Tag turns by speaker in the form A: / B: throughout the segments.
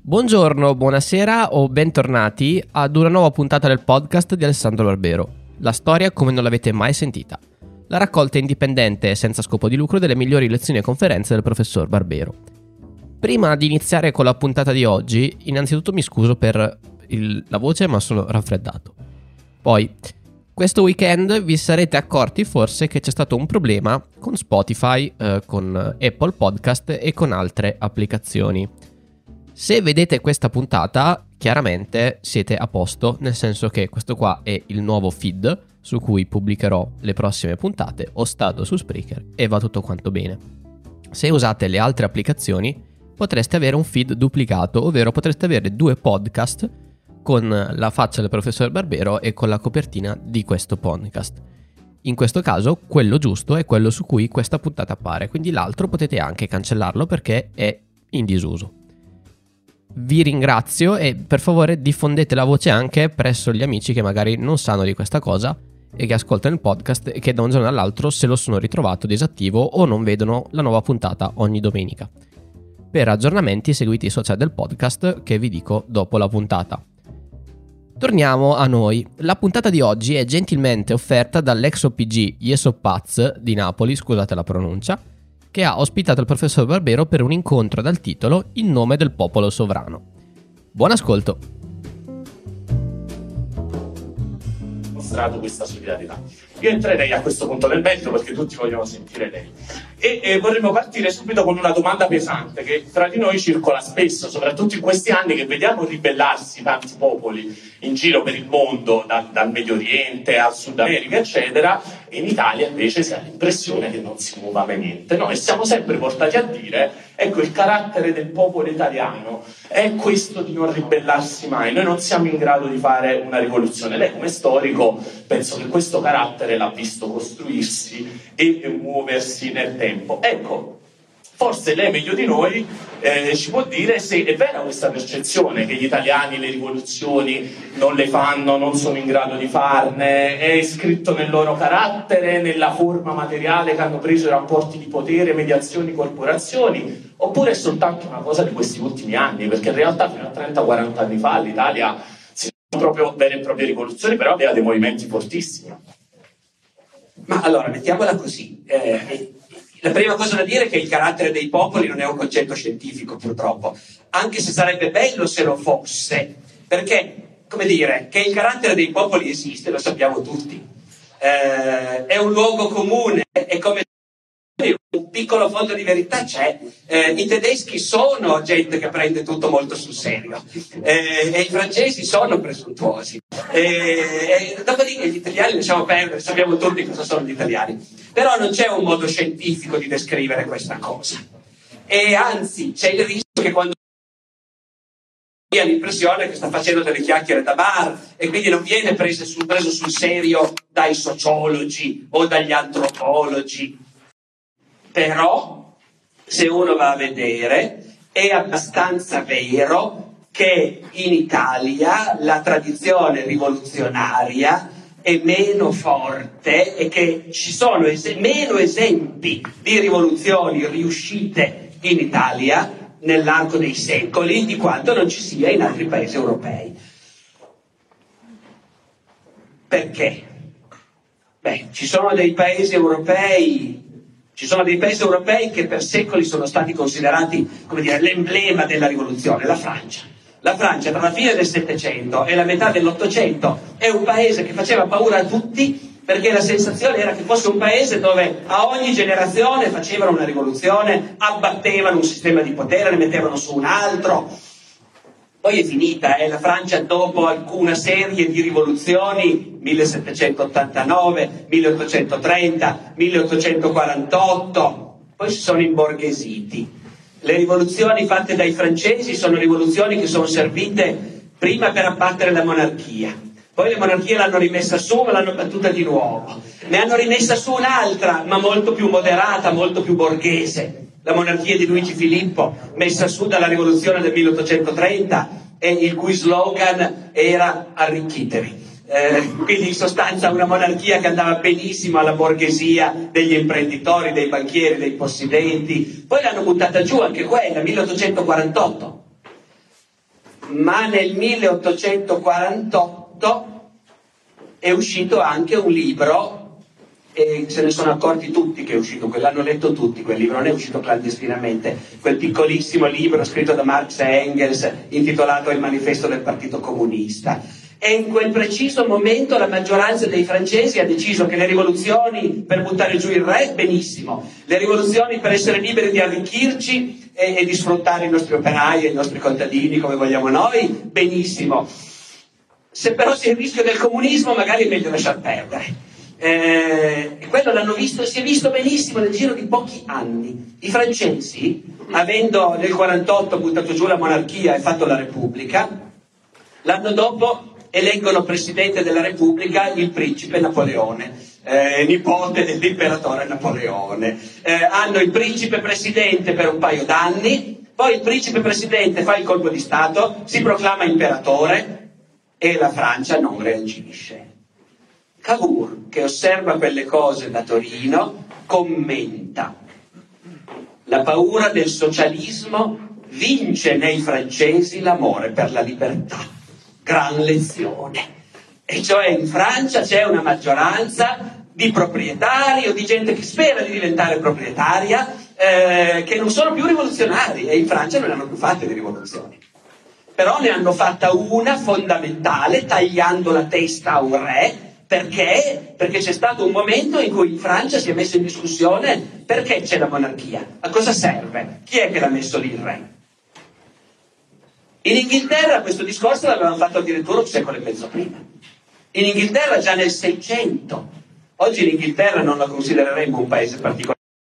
A: Buongiorno, buonasera o bentornati ad una nuova puntata del podcast di Alessandro Barbero. La storia come non l'avete mai sentita. La raccolta indipendente e senza scopo di lucro delle migliori lezioni e conferenze del professor Barbero. Prima di iniziare con la puntata di oggi, innanzitutto mi scuso per la voce, ma sono raffreddato. Poi, questo weekend vi sarete accorti forse che c'è stato un problema con Spotify, con Apple Podcast e con altre applicazioni. Se vedete questa puntata, chiaramente siete a posto, nel senso che questo qua è il nuovo feed su cui pubblicherò le prossime puntate, ho stato su Spreaker e va tutto quanto bene. Se usate le altre applicazioni, potreste avere un feed duplicato, ovvero potreste avere due podcast con la faccia del professor Barbero e con la copertina di questo podcast. In questo caso, quello giusto è quello su cui questa puntata appare, quindi l'altro potete anche cancellarlo perché è in disuso. Vi ringrazio e per favore diffondete la voce anche presso gli amici che magari non sanno di questa cosa e che ascoltano il podcast e che da un giorno all'altro se lo sono ritrovato disattivo o non vedono la nuova puntata ogni domenica. Per aggiornamenti seguite i social del podcast che vi dico dopo la puntata. Torniamo a noi. La puntata di oggi è gentilmente offerta dall'ex OPG Jesopaz di Napoli, scusate la pronuncia, che ha ospitato il professor Barbero per un incontro dal titolo In nome del popolo sovrano. Buon ascolto!
B: Mostrato questa solidarietà. Io entrerei a questo punto nel merito perché tutti vogliono sentire lei. E vorremmo partire subito con una domanda pesante che tra di noi circola spesso, soprattutto in questi anni che vediamo ribellarsi tanti popoli in giro per il mondo, dal Medio Oriente al Sud America, eccetera, e in Italia invece si ha l'impressione che non si muova mai niente, no? E siamo sempre portati a dire, ecco, il carattere del popolo italiano è questo di non ribellarsi mai, noi non siamo in grado di fare una rivoluzione. Lei come storico penso che questo carattere l'ha visto costruirsi e muoversi nel tempo. Ecco, forse lei meglio di noi ci può dire se è vera questa percezione che gli italiani le rivoluzioni non le fanno, non sono in grado di farne, è scritto nel loro carattere, nella forma materiale che hanno preso i rapporti di potere, mediazioni, corporazioni, oppure è soltanto una cosa di questi ultimi anni, perché in realtà fino a 30-40 anni fa l'Italia si non proprio vere e proprie rivoluzioni, però aveva dei movimenti fortissimi.
C: Ma allora, mettiamola così. La prima cosa da dire è che il carattere dei popoli non è un concetto scientifico, purtroppo, anche se sarebbe bello se lo fosse, perché, come dire, che il carattere dei popoli esiste, lo sappiamo tutti. È un luogo comune, è come un piccolo fondo di verità c'è. I tedeschi sono gente che prende tutto molto sul serio e i francesi sono presuntuosi. Dopodiché gli italiani lasciamo perdere, sappiamo tutti cosa sono gli italiani, però non c'è un modo scientifico di descrivere questa cosa, e anzi c'è il rischio che quando ha l'impressione che sta facendo delle chiacchiere da bar e quindi non viene preso sul serio dai sociologi o dagli antropologi. Però se uno va a vedere è abbastanza vero che in Italia la tradizione rivoluzionaria è meno forte e che ci sono meno esempi di rivoluzioni riuscite in Italia nell'arco dei secoli di quanto non ci sia in altri paesi europei. Perché? Ci sono dei paesi europei che per secoli sono stati considerati, come dire, l'emblema della rivoluzione, la Francia. La Francia tra la fine del Settecento e la metà dell'Ottocento è un paese che faceva paura a tutti perché la sensazione era che fosse un paese dove a ogni generazione facevano una rivoluzione, abbattevano un sistema di potere, ne mettevano su un altro. Poi è finita, la Francia dopo una serie di rivoluzioni, 1789, 1830, 1848, poi si sono imborghesiti. Le rivoluzioni fatte dai francesi sono rivoluzioni che sono servite prima per abbattere la monarchia, poi la monarchia l'hanno rimessa su ma l'hanno battuta di nuovo, ne hanno rimessa su un'altra ma molto più moderata, molto più borghese, la monarchia di Luigi Filippo, messa su dalla rivoluzione del 1830 e il cui slogan era arricchitevi. Quindi in sostanza una monarchia che andava benissimo alla borghesia degli imprenditori, dei banchieri, dei possidenti. Poi l'hanno buttata giù anche quella, 1848. ma nel 1848 è uscito anche un libro, e se ne sono accorti tutti che è uscito, l'hanno letto tutti quel libro, non è uscito clandestinamente, quel piccolissimo libro scritto da Marx e Engels intitolato Il manifesto del Partito Comunista. E in quel preciso momento la maggioranza dei francesi ha deciso che le rivoluzioni per buttare giù il re, benissimo, le rivoluzioni per essere liberi di arricchirci e di sfruttare i nostri operai e i nostri contadini come vogliamo noi, benissimo. Se però c'è il rischio del comunismo, magari è meglio lasciar perdere. Quello l'hanno visto, si è visto benissimo nel giro di pochi anni. I francesi, avendo nel 48 buttato giù la monarchia e fatto la Repubblica, l'anno dopo eleggono presidente della Repubblica il principe Napoleone, nipote dell'imperatore Napoleone. Hanno il principe presidente per un paio d'anni, poi il principe presidente fa il colpo di stato, si proclama imperatore e la Francia non reagisce. Cavour, che osserva quelle cose da Torino, commenta: la paura del socialismo vince nei francesi l'amore per la libertà. Gran lezione. E cioè in Francia c'è una maggioranza di proprietari o di gente che spera di diventare proprietaria, che non sono più rivoluzionari, e in Francia non ne hanno più fatte di rivoluzioni. Però ne hanno fatta una fondamentale, tagliando la testa a un re. Perché? Perché c'è stato un momento in cui in Francia si è messo in discussione perché c'è la monarchia, a cosa serve, chi è che l'ha messo lì il re. In Inghilterra questo discorso l'avevano fatto addirittura un secolo e mezzo prima. In Inghilterra già nel 600. Oggi l'Inghilterra non la considereremmo un paese particolare,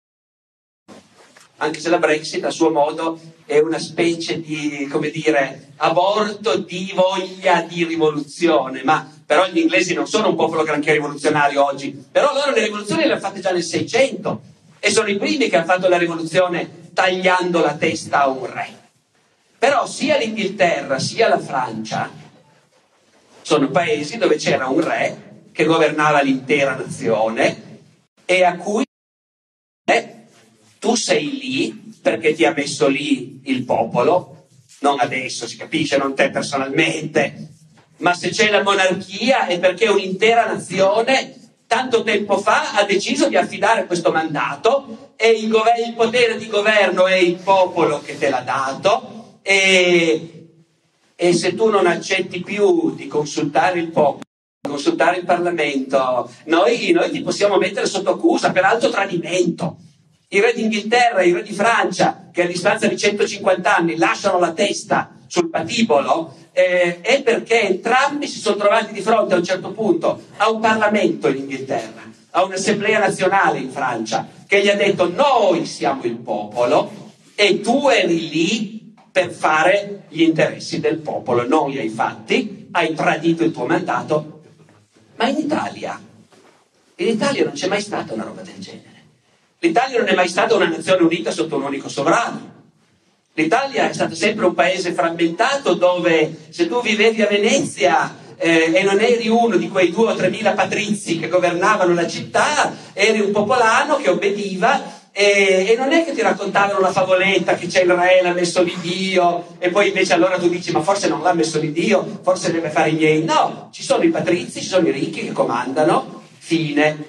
C: anche se la Brexit a suo modo è una specie di, come dire, aborto di voglia di rivoluzione, ma però gli inglesi non sono un popolo granché rivoluzionario oggi, però loro le rivoluzioni le hanno fatte già nel 600 e sono i primi che hanno fatto la rivoluzione tagliando la testa a un re. Però sia l'Inghilterra sia la Francia sono paesi dove c'era un re che governava l'intera nazione e a cui tu sei lì perché ti ha messo lì il popolo, non adesso, si capisce, non te personalmente, ma se c'è la monarchia è perché un'intera nazione tanto tempo fa ha deciso di affidare questo mandato e il potere di governo è il popolo che te l'ha dato e se tu non accetti più di consultare il popolo, di consultare il Parlamento, noi ti possiamo mettere sotto accusa per alto tradimento. I re d'Inghilterra e i re di Francia, che a distanza di 150 anni lasciano la testa sul patibolo, è perché entrambi si sono trovati di fronte a un certo punto a un Parlamento in Inghilterra, a un'assemblea nazionale in Francia, che gli ha detto: noi siamo il popolo e tu eri lì per fare gli interessi del popolo, non li hai fatti, hai tradito il tuo mandato. Ma in Italia non c'è mai stata una roba del genere. L'Italia non è mai stata una nazione unita sotto un unico sovrano. L'Italia è stato sempre un paese frammentato dove se tu vivevi a Venezia e non eri uno di quei 2.000 o 3.000 patrizi che governavano la città, eri un popolano che obbediva e non è che ti raccontavano la favoletta che c'è il re, l'ha messo lì Dio e poi invece allora tu dici ma forse non l'ha messo lì Dio, forse deve fare i miei. No, ci sono i patrizi, ci sono i ricchi che comandano, fine.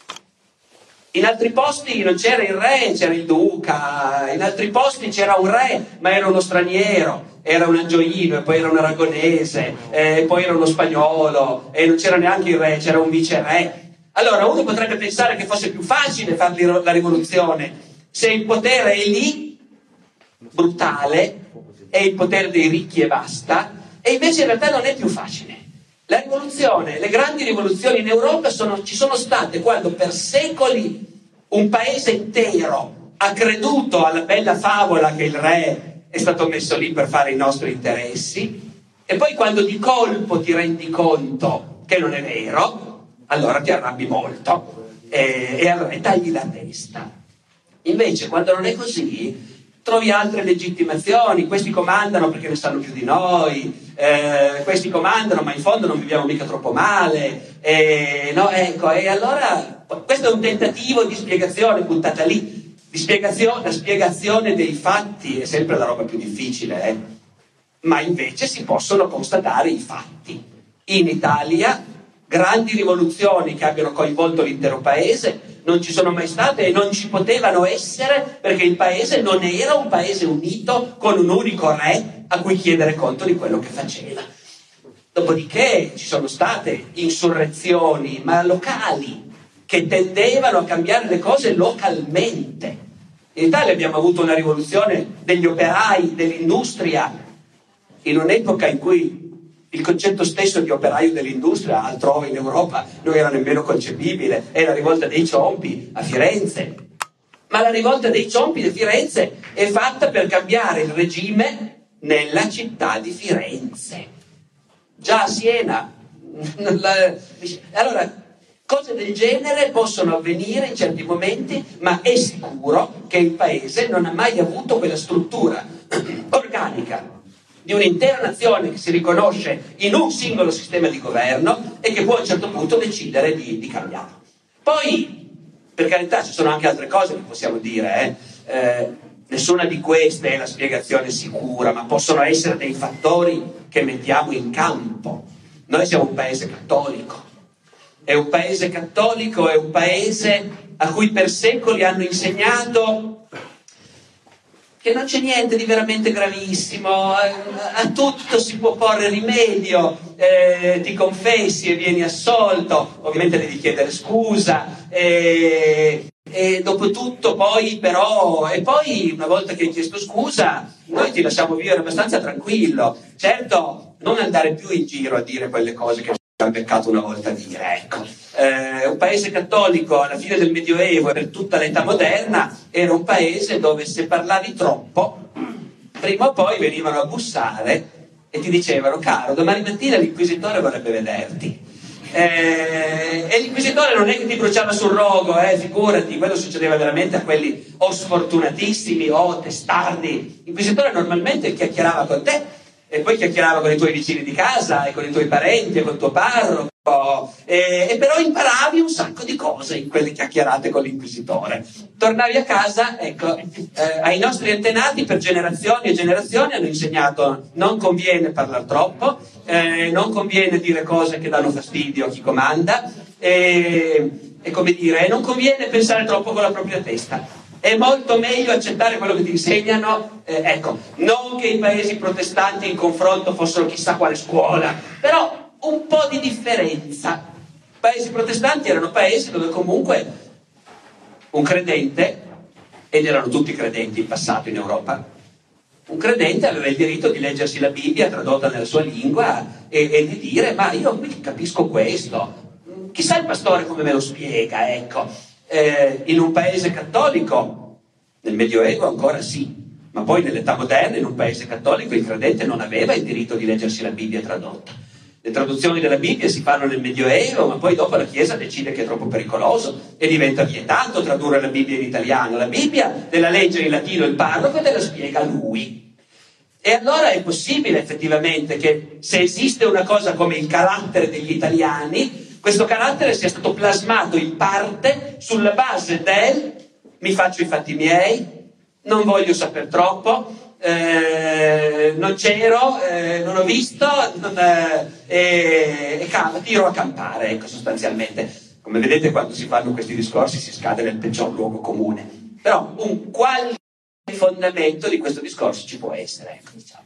C: In altri posti non c'era il re, c'era il duca, in altri posti c'era un re, ma era uno straniero, era un angioino, e poi era un aragonese, e poi era uno spagnolo, e non c'era neanche il re, c'era un viceré. Allora uno potrebbe pensare che fosse più facile fare la rivoluzione se il potere è lì, brutale, è il potere dei ricchi e basta, e invece in realtà non è più facile. La rivoluzione, le grandi rivoluzioni in Europa ci sono state quando per secoli un paese intero ha creduto alla bella favola che il re è stato messo lì per fare i nostri interessi e poi quando di colpo ti rendi conto che non è vero, allora ti arrabbi molto e al re tagli la testa. Invece quando non è così trovi altre legittimazioni, questi comandano perché ne sanno più di noi, questi comandano ma in fondo non viviamo mica troppo male, no, ecco, e allora questo è un tentativo di spiegazione buttata lì, la spiegazione dei fatti è sempre la roba più difficile, ma invece si possono constatare i fatti. In Italia grandi rivoluzioni che abbiano coinvolto l'intero paese non ci sono mai state e non ci potevano essere, perché il paese non era un paese unito con un unico re a cui chiedere conto di quello che faceva. Dopodiché ci sono state insurrezioni, ma locali, che tendevano a cambiare le cose localmente. In Italia abbiamo avuto una rivoluzione degli operai, dell'industria, in un'epoca in cui il concetto stesso di operaio dell'industria altrove in Europa non era nemmeno concepibile. È la rivolta dei Ciompi a Firenze. Ma la rivolta dei Ciompi di Firenze è fatta per cambiare il regime nella città di Firenze. Già a Siena. Allora, cose del genere possono avvenire in certi momenti, ma è sicuro che il paese non ha mai avuto quella struttura organica di un'intera nazione che si riconosce in un singolo sistema di governo e che può a un certo punto decidere di cambiare. Poi, per carità, ci sono anche altre cose che possiamo dire, nessuna di queste è la spiegazione sicura, ma possono essere dei fattori che mettiamo in campo. Noi siamo un paese cattolico. È un paese cattolico, è un paese a cui per secoli hanno insegnato che non c'è niente di veramente gravissimo, a tutto si può porre rimedio, ti confessi e vieni assolto, ovviamente devi chiedere scusa, e dopo tutto poi però, e poi una volta che hai chiesto scusa, noi ti lasciamo vivere abbastanza tranquillo. Certo, non andare più in giro a dire quelle cose che abbiamo beccato una volta a dire, ecco. Un paese cattolico alla fine del Medioevo e per tutta l'età moderna era un paese dove se parlavi troppo, prima o poi venivano a bussare e ti dicevano: caro, domani mattina l'inquisitore vorrebbe vederti. E l'inquisitore non è che ti bruciava sul rogo, figurati, quello succedeva veramente a quelli o sfortunatissimi o testardi. L'inquisitore normalmente chiacchierava con te e poi chiacchierava con i tuoi vicini di casa e con i tuoi parenti e con il tuo parroco, e però imparavi un sacco di cose in quelle chiacchierate con l'inquisitore. Tornavi a casa, ecco, ai nostri antenati per generazioni e generazioni hanno insegnato: non conviene parlare troppo, non conviene dire cose che danno fastidio a chi comanda, e come dire, non conviene pensare troppo con la propria testa. È molto meglio accettare quello che ti insegnano, ecco, non che i paesi protestanti in confronto fossero chissà quale scuola, però un po' di differenza. I paesi protestanti erano paesi dove comunque un credente, ed erano tutti credenti in passato in Europa, un credente aveva il diritto di leggersi la Bibbia tradotta nella sua lingua e di dire: ma io qui capisco questo, chissà il pastore come me lo spiega, ecco. In un paese cattolico, nel Medioevo ancora sì, ma poi nell'età moderna in un paese cattolico il credente non aveva il diritto di leggersi la Bibbia tradotta. Le traduzioni della Bibbia si fanno nel Medioevo, ma poi dopo la Chiesa decide che è troppo pericoloso e diventa vietato tradurre la Bibbia in italiano. La Bibbia te la legge in latino il parroco e te la spiega lui. E allora è possibile effettivamente che, se esiste una cosa come il carattere degli italiani, questo carattere sia stato plasmato in parte sulla base del: mi faccio i fatti miei, non voglio saper troppo, non c'ero, non ho visto, tiro a campare, ecco, sostanzialmente. Come vedete, quando si fanno questi discorsi si scade nel peggior luogo comune, però un qualche fondamento di questo discorso ci può essere, ecco, diciamo.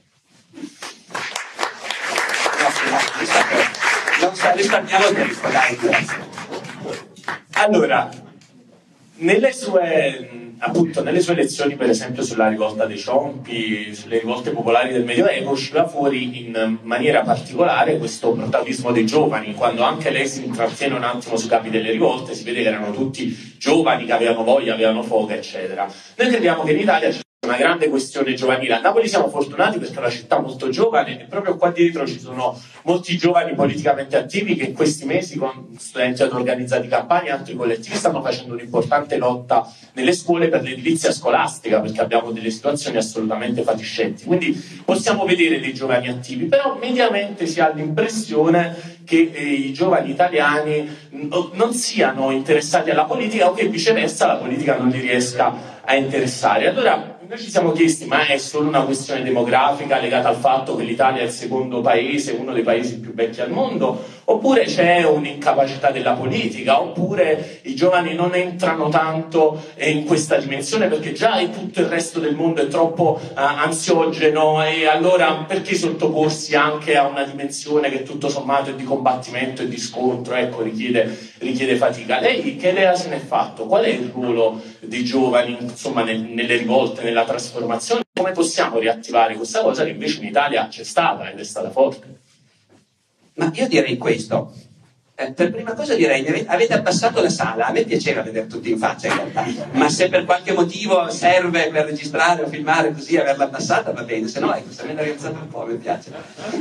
C: Non risparmiamo tempo, dai.
B: Allora, nelle sue lezioni, per esempio sulla rivolta dei Ciompi, sulle rivolte popolari del Medioevo, usciva fuori in maniera particolare questo protagonismo dei giovani. Quando anche lei si intrattiene un attimo sui capi delle rivolte, si vede che erano tutti giovani che avevano voglia, avevano foga, eccetera. Noi crediamo che in Italia c'è una grande questione giovanile. A Napoli siamo fortunati perché è una città molto giovane e proprio qua dietro ci sono molti giovani politicamente attivi che in questi mesi, con studenti organizzati campagne e altri collettivi, stanno facendo un'importante lotta nelle scuole per l'edilizia scolastica, perché abbiamo delle situazioni assolutamente fatiscenti. Quindi possiamo vedere dei giovani attivi, però mediamente si ha l'impressione che i giovani italiani non siano interessati alla politica, o che viceversa la politica non li riesca a interessare. Allora noi ci siamo chiesti, ma è solo una questione demografica legata al fatto che l'Italia è il secondo paese, uno dei paesi più vecchi al mondo, oppure c'è un'incapacità della politica, oppure i giovani non entrano tanto in questa dimensione perché già tutto il resto del mondo è troppo ansiogeno, e allora perché sottoporsi anche a una dimensione che tutto sommato è di combattimento e di scontro, ecco, richiede fatica. Lei che idea se n'è fatto? Qual è il ruolo dei giovani, insomma, nelle rivolte, nella trasformazione? Come possiamo riattivare questa cosa che invece in Italia c'è stata ed è stata forte?
C: Ma io direi questo. Per prima cosa direi, avete abbassato la sala, a me piaceva vedere tutti in faccia in realtà, ma se per qualche motivo serve per registrare o filmare così averla abbassata va bene, se no ecco, se me l'ha rialzata un po' mi piace.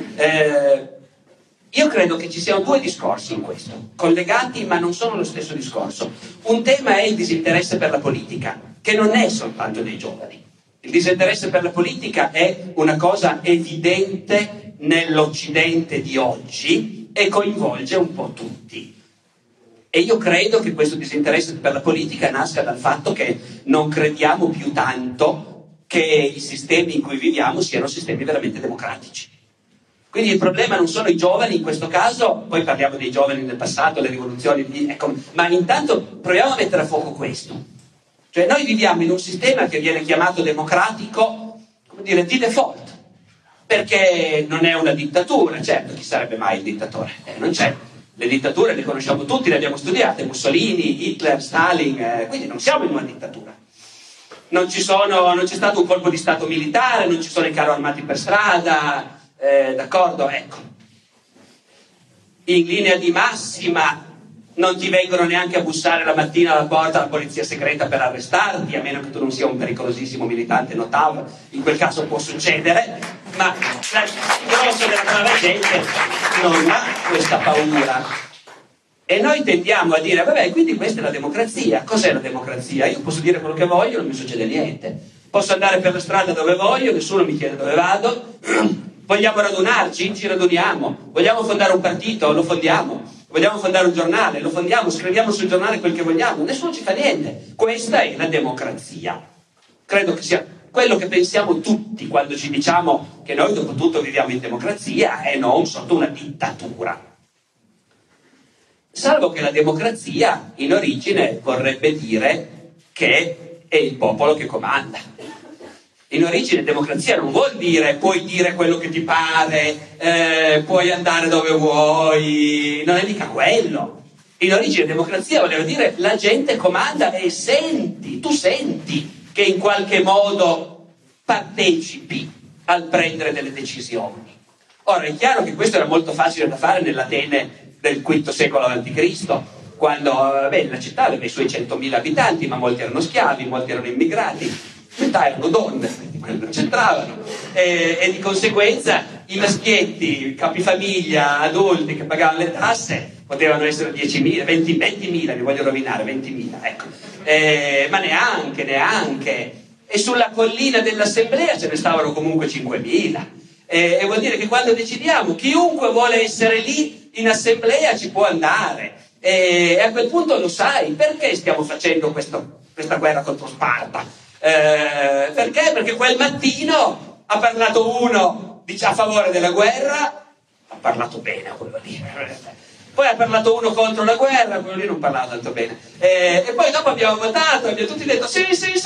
C: Io credo che ci siano due discorsi in questo, collegati ma non sono lo stesso discorso. Un tema è il disinteresse per la politica, che non è soltanto dei giovani. Il disinteresse per la politica è una cosa evidente nell'Occidente di oggi e coinvolge un po' tutti. E io credo che questo disinteresse per la politica nasca dal fatto che non crediamo più tanto che i sistemi in cui viviamo siano sistemi veramente democratici. Quindi il problema non sono i giovani in questo caso, poi parliamo dei giovani del passato, le rivoluzioni, ecco, ma intanto proviamo a mettere a fuoco questo. Cioè noi viviamo in un sistema che viene chiamato democratico, come dire, di default, perché non è una dittatura, certo, chi sarebbe mai il dittatore? Non c'è. Le dittature le conosciamo tutti, le abbiamo studiate, Mussolini, Hitler, Stalin, quindi non siamo in una dittatura. Non c'è stato un colpo di stato militare, non ci sono i carri armati per strada, d'accordo? Ecco. In linea di massima non ti vengono neanche a bussare la mattina alla porta della polizia segreta per arrestarti, a meno che tu non sia un pericolosissimo militante notav, in quel caso può succedere, ma il grosso della brava gente non ha questa paura. E noi tendiamo a dire, vabbè, quindi questa è la democrazia. Cos'è la democrazia? Io posso dire quello che voglio, non mi succede niente. Posso andare per la strada dove voglio, nessuno mi chiede dove vado. Vogliamo radunarci? Ci raduniamo. Vogliamo fondare un partito? Lo fondiamo. Vogliamo fondare un giornale? Lo fondiamo, scriviamo sul giornale quel che vogliamo. Nessuno ci fa niente. Questa è la democrazia. Credo che sia quello che pensiamo tutti quando ci diciamo che noi dopo tutto viviamo in democrazia e non sotto una dittatura. Salvo che la democrazia in origine vorrebbe dire che è il popolo che comanda. In origine democrazia non vuol dire puoi dire quello che ti pare, puoi andare dove vuoi, non è mica quello. In origine democrazia voleva dire la gente comanda e tu senti che in qualche modo partecipi al prendere delle decisioni. Ora è chiaro che questo era molto facile da fare nell'Atene del V secolo a.C., quando la città aveva i suoi 100.000 abitanti, ma molti erano schiavi, molti erano immigrati, metà erano donne, quindi quelli non c'entravano, e di conseguenza i maschietti, capifamiglia, adulti che pagavano le tasse potevano essere 10.000, 20.000, li voglio rovinare, 20.000, ecco, ma neanche, e sulla collina dell'assemblea ce ne stavano comunque 5.000, e vuol dire che quando decidiamo chiunque vuole essere lì in assemblea ci può andare, e a quel punto lo sai perché stiamo facendo questa guerra contro Sparta. Perché? Perché quel mattino ha parlato uno a favore della guerra, ha parlato bene quello lì, poi ha parlato uno contro la guerra, quello lì non parlava tanto bene, e poi dopo abbiamo votato, abbiamo tutti detto sì,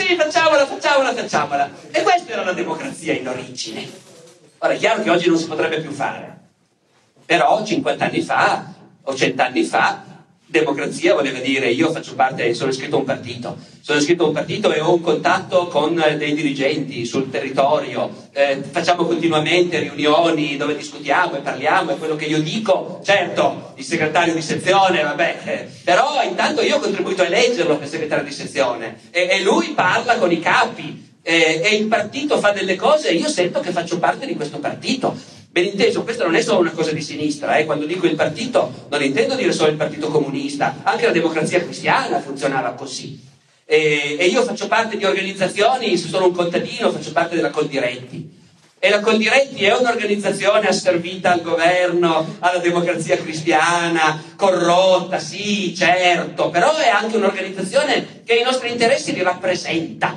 C: facciamola, e questa era la democrazia in origine. Ora è chiaro che oggi non si potrebbe più fare, però 50 anni fa o 100 anni fa democrazia voleva dire io faccio parte, sono iscritto a un partito e ho un contatto con dei dirigenti sul territorio, facciamo continuamente riunioni dove discutiamo e parliamo, e quello che io dico, certo il segretario di sezione, però intanto io ho contribuito a eleggerlo per segretario di sezione, e lui parla con i capi, e il partito fa delle cose e io sento che faccio parte di questo partito. Ben inteso, questa non è solo una cosa di sinistra, quando dico il partito non intendo dire solo il partito comunista, anche la democrazia cristiana funzionava così, e io faccio parte di organizzazioni, se sono un contadino faccio parte della Coldiretti, e la Coldiretti è un'organizzazione asservita al governo, alla democrazia cristiana, corrotta, sì, certo, però è anche un'organizzazione che i nostri interessi li rappresenta.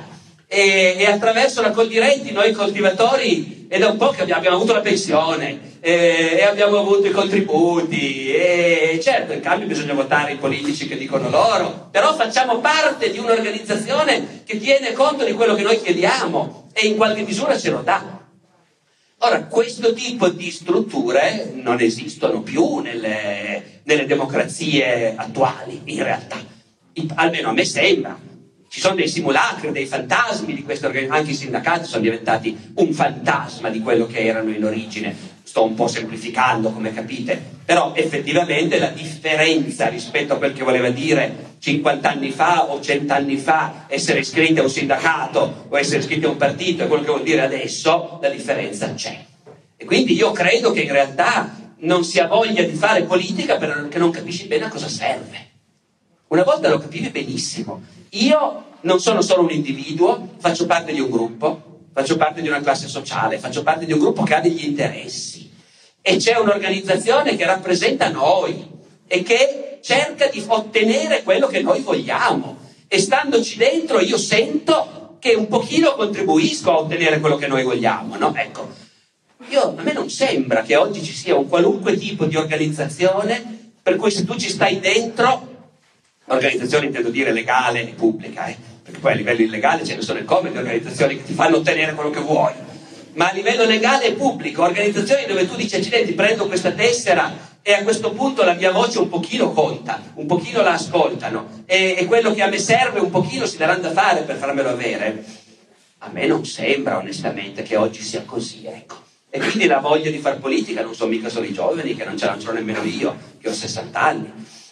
C: e attraverso la Coldiretti noi coltivatori è da un po' che abbiamo avuto la pensione e abbiamo avuto i contributi e certo in cambio bisogna votare i politici che dicono loro, però facciamo parte di un'organizzazione che tiene conto di quello che noi chiediamo e in qualche misura ce lo dà. Ora, questo tipo di strutture non esistono più nelle democrazie attuali, in realtà. Almeno a me sembra. Ci sono dei simulacri, dei fantasmi di queste organizzazioni. Anche i sindacati sono diventati un fantasma di quello che erano in origine. Sto un po' semplificando, come capite. Però effettivamente la differenza rispetto a quel che voleva dire 50 anni fa o 100 anni fa essere iscritti a un sindacato o essere iscritti a un partito e quello che vuol dire adesso, la differenza c'è. E quindi io credo che in realtà non si ha voglia di fare politica perché non capisci bene a cosa serve. Una volta lo capivi benissimo. Io non sono solo un individuo, faccio parte di un gruppo, faccio parte di una classe sociale, faccio parte di un gruppo che ha degli interessi e c'è un'organizzazione che rappresenta noi e che cerca di ottenere quello che noi vogliamo e standoci dentro io sento che un pochino contribuisco a ottenere quello che noi vogliamo, no? Ecco, a me non sembra che oggi ci sia un qualunque tipo di organizzazione per cui se tu ci stai dentro, organizzazione intendo dire legale e pubblica, perché poi a livello illegale ce ne sono come di organizzazioni che ti fanno ottenere quello che vuoi, ma a livello legale e pubblico, organizzazioni dove tu dici accidenti, prendo questa tessera e a questo punto la mia voce un pochino conta, un pochino la ascoltano e quello che a me serve un pochino si daranno da fare per farmelo avere. A me non sembra onestamente che oggi sia così, ecco. E quindi la voglia di far politica non sono mica solo i giovani, che non ce l'ho nemmeno io, che ho 60 anni.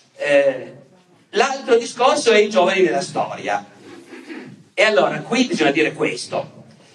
C: L'altro discorso è i giovani nella storia. E allora, qui bisogna dire questo.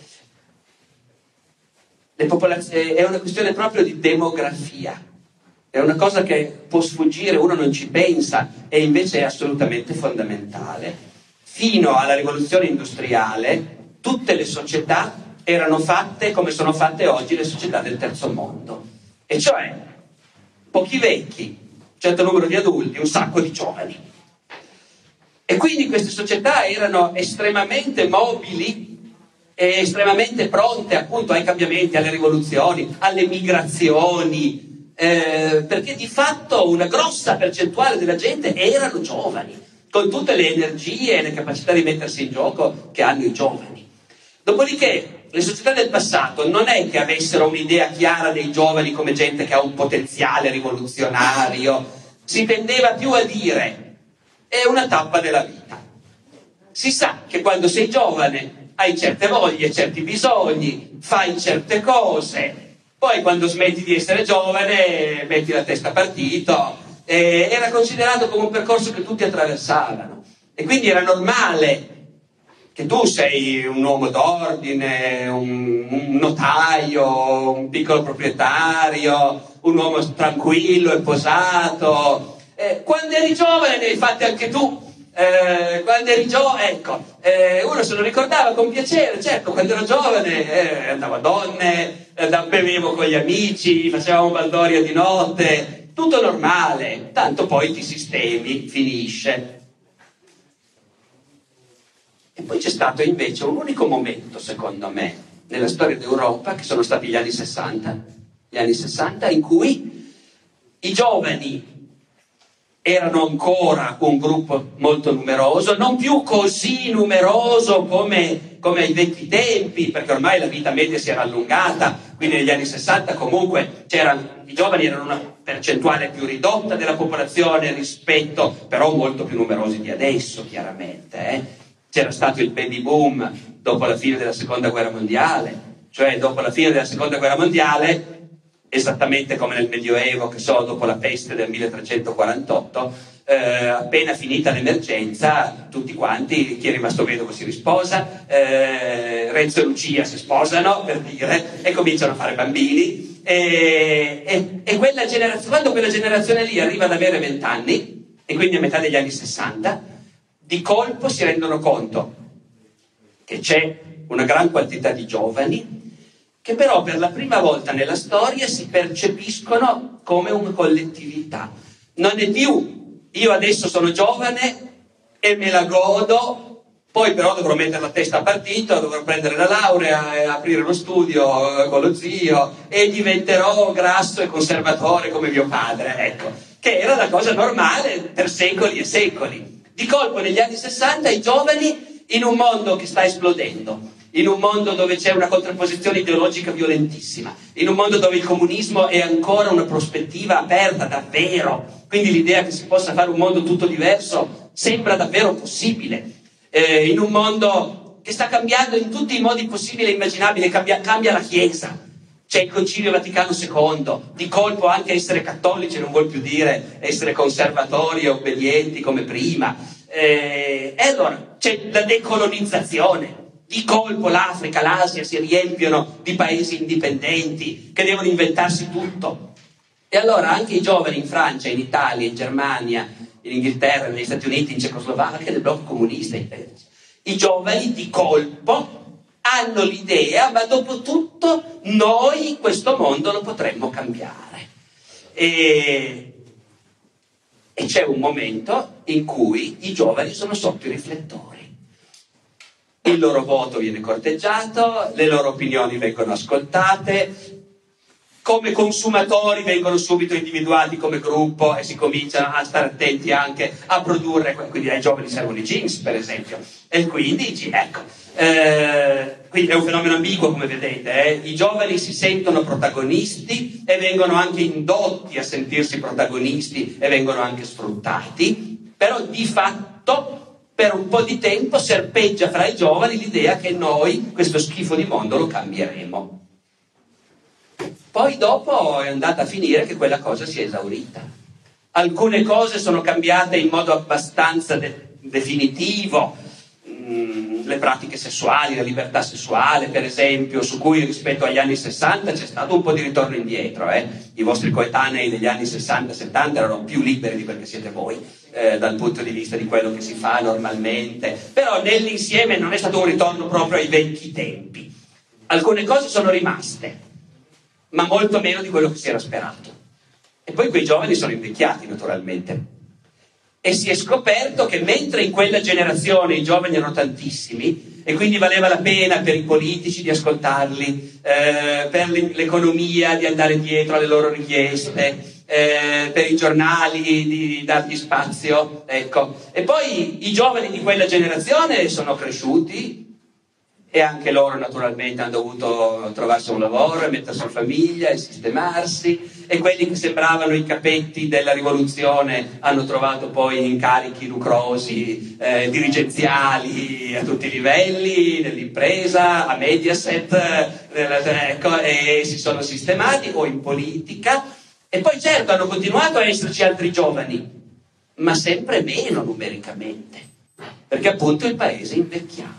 C: È una questione proprio di demografia. È una cosa che può sfuggire, uno non ci pensa, e invece è assolutamente fondamentale. Fino alla rivoluzione industriale, tutte le società erano fatte come sono fatte oggi le società del terzo mondo. E cioè, pochi vecchi, un certo numero di adulti, un sacco di giovani. E quindi queste società erano estremamente mobili e estremamente pronte appunto ai cambiamenti, alle rivoluzioni, alle migrazioni, perché di fatto una grossa percentuale della gente erano giovani, con tutte le energie e le capacità di mettersi in gioco che hanno i giovani. Dopodiché le società del passato non è che avessero un'idea chiara dei giovani come gente che ha un potenziale rivoluzionario, si tendeva più a dire è una tappa della vita. Si sa che quando sei giovane hai certe voglie, certi bisogni, fai certe cose, poi quando smetti di essere giovane metti la testa a partito. Era considerato come un percorso che tutti attraversavano e quindi era normale che tu sei un uomo d'ordine, un notaio, un piccolo proprietario, un uomo tranquillo e posato. Quando eri giovane ne hai fatte anche tu. Quando eri giovane, uno se lo ricordava con piacere. Certo, quando ero giovane andavo a donne, bevevo con gli amici, facevamo baldoria di notte, tutto normale, tanto poi ti sistemi, finisce. E poi c'è stato invece un unico momento, secondo me, nella storia d'Europa, che sono stati gli anni 60, in cui i giovani erano ancora un gruppo molto numeroso, non più così numeroso come ai vecchi tempi, perché ormai la vita media si era allungata, quindi negli anni 60 comunque i giovani erano una percentuale più ridotta della popolazione rispetto, però molto più numerosi di adesso, chiaramente. C'era stato il baby boom dopo la fine della seconda guerra mondiale, cioè dopo la fine della seconda guerra mondiale, esattamente come nel Medioevo, che so, dopo la peste del 1348, appena finita l'emergenza, tutti quanti, chi è rimasto vedovo si risposa, Renzo e Lucia si sposano, per dire, e cominciano a fare bambini, e quella quando quella generazione lì arriva ad avere 20 anni, e quindi a metà degli anni 60, di colpo si rendono conto che c'è una gran quantità di giovani che però per la prima volta nella storia si percepiscono come una collettività. Non è più io adesso sono giovane e me la godo Poi però dovrò mettere la testa a partito, dovrò prendere la laurea e aprire lo studio con lo zio e diventerò grasso e conservatore come mio padre, ecco, che era la cosa normale per secoli e secoli. Di colpo negli anni 60 i giovani, in un mondo che sta esplodendo, in un mondo dove c'è una contrapposizione ideologica violentissima, in un mondo dove il comunismo è ancora una prospettiva aperta davvero, quindi l'idea che si possa fare un mondo tutto diverso sembra davvero possibile. In un mondo che sta cambiando in tutti i modi possibili e immaginabili, cambia la Chiesa, c'è il Concilio Vaticano II, di colpo anche essere cattolici non vuol più dire essere conservatori e obbedienti come prima, e allora c'è la decolonizzazione, di colpo l'Africa, l'Asia si riempiono di paesi indipendenti che devono inventarsi tutto, e allora anche i giovani in Francia, in Italia, in Germania, in Inghilterra, negli Stati Uniti, in Cecoslovacchia, nel blocco comunista, i giovani di colpo hanno l'idea, ma dopo tutto noi questo mondo lo potremmo cambiare. E c'è un momento in cui i giovani sono sotto i riflettori. Il loro voto viene corteggiato, le loro opinioni vengono ascoltate, come consumatori vengono subito individuati come gruppo e si cominciano a stare attenti anche a produrre, quindi ai giovani servono i jeans per esempio, e quindi ecco, quindi è un fenomeno ambiguo come vedete, i giovani si sentono protagonisti e vengono anche indotti a sentirsi protagonisti e vengono anche sfruttati, però di fatto per un po' di tempo serpeggia fra i giovani l'idea che noi questo schifo di mondo lo cambieremo. Poi dopo è andata a finire che quella cosa si è esaurita. Alcune cose sono cambiate in modo abbastanza definitivo, le pratiche sessuali, la libertà sessuale per esempio, su cui rispetto agli anni 60 c'è stato un po' di ritorno indietro. I vostri coetanei degli anni 60-70 erano più liberi di quel che siete voi, dal punto di vista di quello che si fa normalmente, però nell'insieme non è stato un ritorno proprio ai vecchi tempi. Alcune cose sono rimaste, ma molto meno di quello che si era sperato. E poi quei giovani sono invecchiati naturalmente. E si è scoperto che mentre in quella generazione i giovani erano tantissimi, e quindi valeva la pena per i politici di ascoltarli, per l'economia di andare dietro alle loro richieste, per i giornali di dargli spazio, ecco. E poi i giovani di quella generazione sono cresciuti, e anche loro naturalmente hanno dovuto trovarsi un lavoro e mettersi in famiglia e sistemarsi, e quelli che sembravano i capetti della rivoluzione hanno trovato poi incarichi lucrosi, dirigenziali a tutti i livelli, nell'impresa, a Mediaset, ecco, e si sono sistemati, o in politica, e poi certo hanno continuato a esserci altri giovani, ma sempre meno numericamente, perché appunto il paese invecchiava.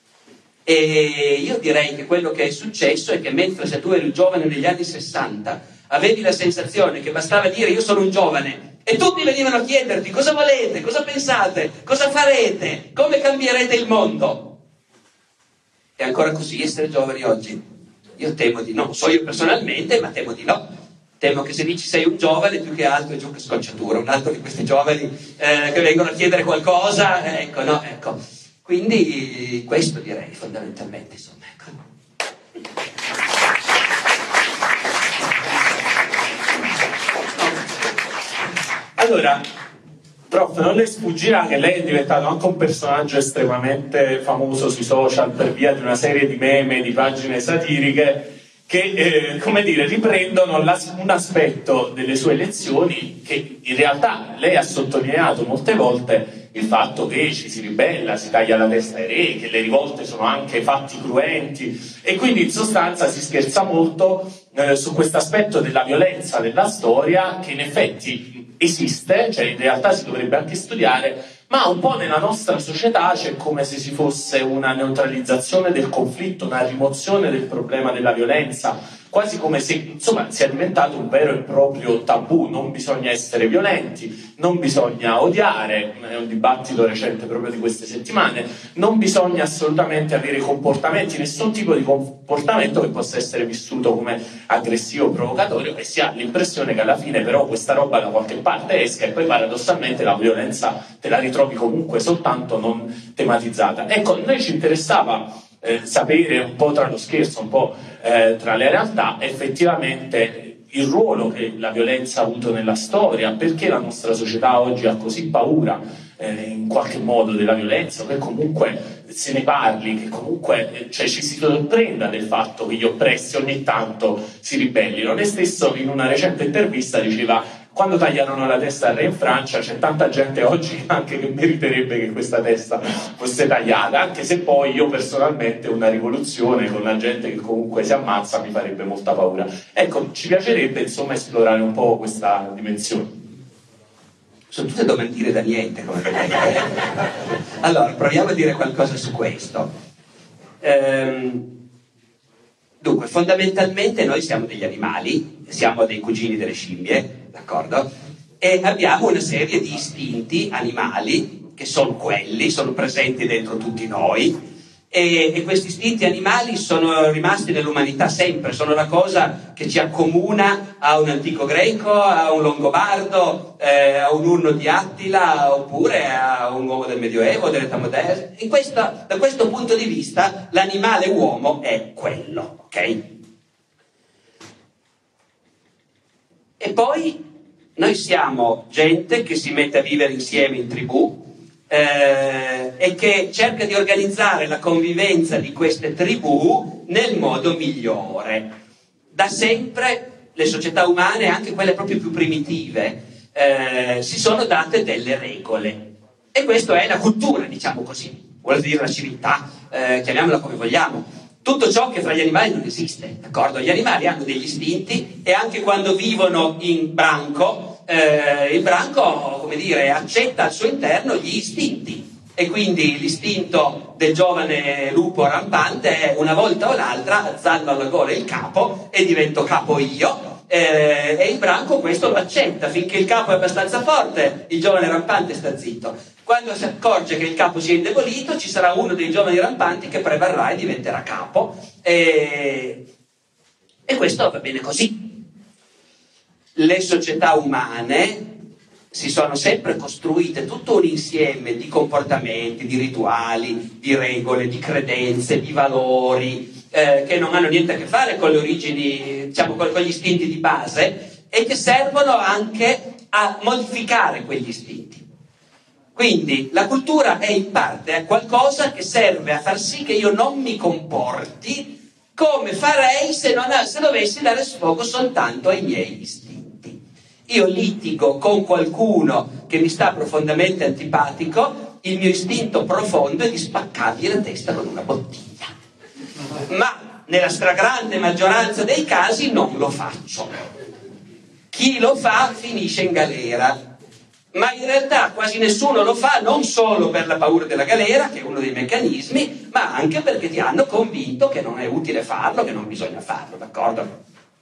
C: E io direi che quello che è successo è che mentre se tu eri giovane negli anni 60 avevi la sensazione che bastava dire io sono un giovane e tutti venivano a chiederti cosa volete, cosa pensate, cosa farete, come cambierete il mondo. È ancora così essere giovani oggi? Io temo di no, so io personalmente, ma temo di no. Temo che se dici sei un giovane, più che altro è giù che scocciatura, un altro di questi giovani che vengono a chiedere qualcosa, ecco, no, ecco. Quindi questo direi fondamentalmente, insomma, ecco.
B: Allora, prof, non le sfuggirà che lei è diventato anche un personaggio estremamente famoso sui social per via di una serie di meme, di pagine satiriche che, come dire, riprendono un aspetto delle sue lezioni che in realtà lei ha sottolineato molte volte, il fatto che ci si ribella, si taglia la testa ai re, che le rivolte sono anche fatti cruenti, e quindi in sostanza si scherza molto su questo aspetto della violenza della storia, che in effetti esiste, cioè in realtà si dovrebbe anche studiare, ma un po' nella nostra società c'è come se ci fosse una neutralizzazione del conflitto, una rimozione del problema della violenza, quasi come se insomma sia diventato un vero e proprio tabù. Non bisogna essere violenti, non bisogna odiare, è un dibattito recente proprio di queste settimane, non bisogna assolutamente avere comportamenti, nessun tipo di comportamento che possa essere vissuto come aggressivo o provocatorio, e si ha l'impressione che alla fine però questa roba da qualche parte esca, e poi paradossalmente la violenza te la ritrovi comunque soltanto non tematizzata. Ecco, a noi ci interessava sapere un po' tra lo scherzo, un po' tra le realtà, effettivamente il ruolo che la violenza ha avuto nella storia, perché la nostra società oggi ha così paura in qualche modo della violenza, che comunque se ne parli, che comunque ci si sorprenda del fatto che gli oppressi ogni tanto si ribellino. Lei stesso in una recente intervista diceva: quando tagliarono la testa al re in Francia, c'è tanta gente oggi anche che meriterebbe che questa testa fosse tagliata, anche se poi io personalmente una rivoluzione con la gente che comunque si ammazza mi farebbe molta paura. Ecco, ci piacerebbe insomma esplorare un po' questa dimensione.
C: Sono tutte domandine da niente, come vedete. Allora, proviamo a dire qualcosa su questo. Dunque, fondamentalmente noi siamo degli animali, siamo dei cugini delle scimmie, d'accordo? E abbiamo una serie di istinti animali che sono quelli, sono presenti dentro tutti noi, e questi istinti animali sono rimasti nell'umanità sempre, sono la cosa che ci accomuna a un antico greco, a un longobardo, a un urno di Attila, oppure a un uomo del Medioevo, dell'età moderna. Da questo punto di vista l'animale uomo è quello, ok? E poi noi siamo gente che si mette a vivere insieme in tribù, e che cerca di organizzare la convivenza di queste tribù nel modo migliore. Da sempre le società umane, anche quelle proprio più primitive, si sono date delle regole, e questa è la cultura, diciamo così, vuol dire la civiltà, chiamiamola come vogliamo. Tutto ciò che fra gli animali non esiste, d'accordo? Gli animali hanno degli istinti, e anche quando vivono in branco, il branco, come dire, accetta al suo interno gli istinti, e quindi l'istinto del giovane lupo rampante è: una volta o l'altra azzallo alla gola il capo e divento capo io, e il branco questo lo accetta. Finché il capo è abbastanza forte, il giovane rampante sta zitto. Quando si accorge che il capo si è indebolito, ci sarà uno dei giovani rampanti che prevarrà e diventerà capo, e questo va bene così. Le società umane si sono sempre costruite tutto un insieme di comportamenti, di rituali, di regole, di credenze, di valori, che non hanno niente a che fare con le origini, diciamo, con gli istinti di base, e che servono anche a modificare quegli istinti. Quindi la cultura è in parte qualcosa che serve a far sì che io non mi comporti come farei se dovessi dare sfogo soltanto ai miei istinti. Io litigo con qualcuno che mi sta profondamente antipatico, il mio istinto profondo è di spaccargli la testa con una bottiglia. Ma nella stragrande maggioranza dei casi non lo faccio. Chi lo fa finisce in galera. Ma in realtà quasi nessuno lo fa, non solo per la paura della galera, che è uno dei meccanismi, ma anche perché ti hanno convinto che non è utile farlo, che non bisogna farlo, d'accordo?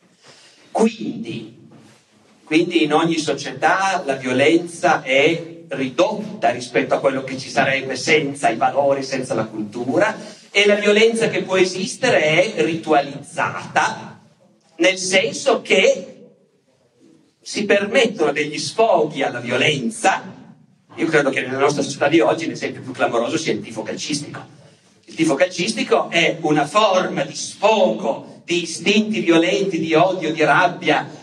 C: Quindi in ogni società la violenza è ridotta rispetto a quello che ci sarebbe senza i valori, senza la cultura, e la violenza che può esistere è ritualizzata, nel senso che si permettono degli sfoghi alla violenza. Io credo che nella nostra società di oggi l'esempio più clamoroso sia il tifo calcistico. Il tifo calcistico è una forma di sfogo di istinti violenti, di odio, di rabbia,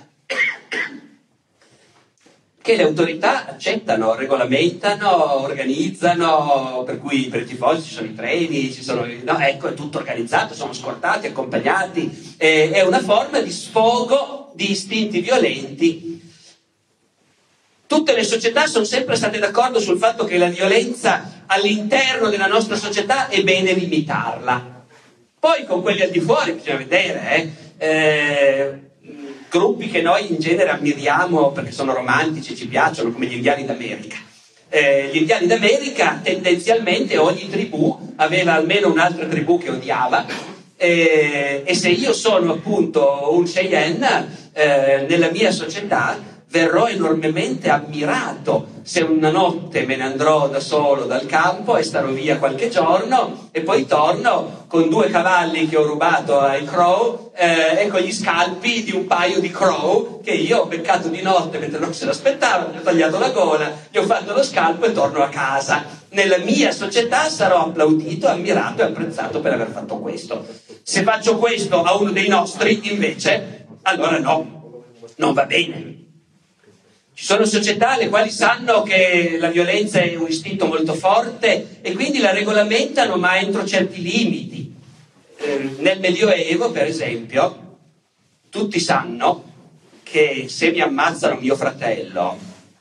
C: che le autorità accettano, regolamentano, organizzano, per cui per i tifosi ci sono i treni, è tutto organizzato, sono scortati, accompagnati, è una forma di sfogo di istinti violenti. Tutte le società sono sempre state d'accordo sul fatto che la violenza all'interno della nostra società è bene limitarla. Poi con quelli al di fuori bisogna vedere, gruppi che noi in genere ammiriamo perché sono romantici, ci piacciono, come gli indiani d'America. Gli indiani d'America tendenzialmente ogni tribù aveva almeno un'altra tribù che odiava, E se io sono appunto un Cheyenne, nella mia società verrò enormemente ammirato se una notte me ne andrò da solo dal campo e starò via qualche giorno e poi torno con 2 cavalli che ho rubato ai crow e con gli scalpi di un paio di crow che io ho beccato di notte mentre non se l'aspettavano, gli ho tagliato la gola, gli ho fatto lo scalpo e torno a casa. Nella mia società sarò applaudito, ammirato e apprezzato per aver fatto questo. Se faccio questo a uno dei nostri, invece, allora no, non va bene. Ci sono società le quali sanno che la violenza è un istinto molto forte e quindi la regolamentano, ma entro certi limiti. Nel Medioevo, per esempio, tutti sanno che se mi ammazzano mio fratello,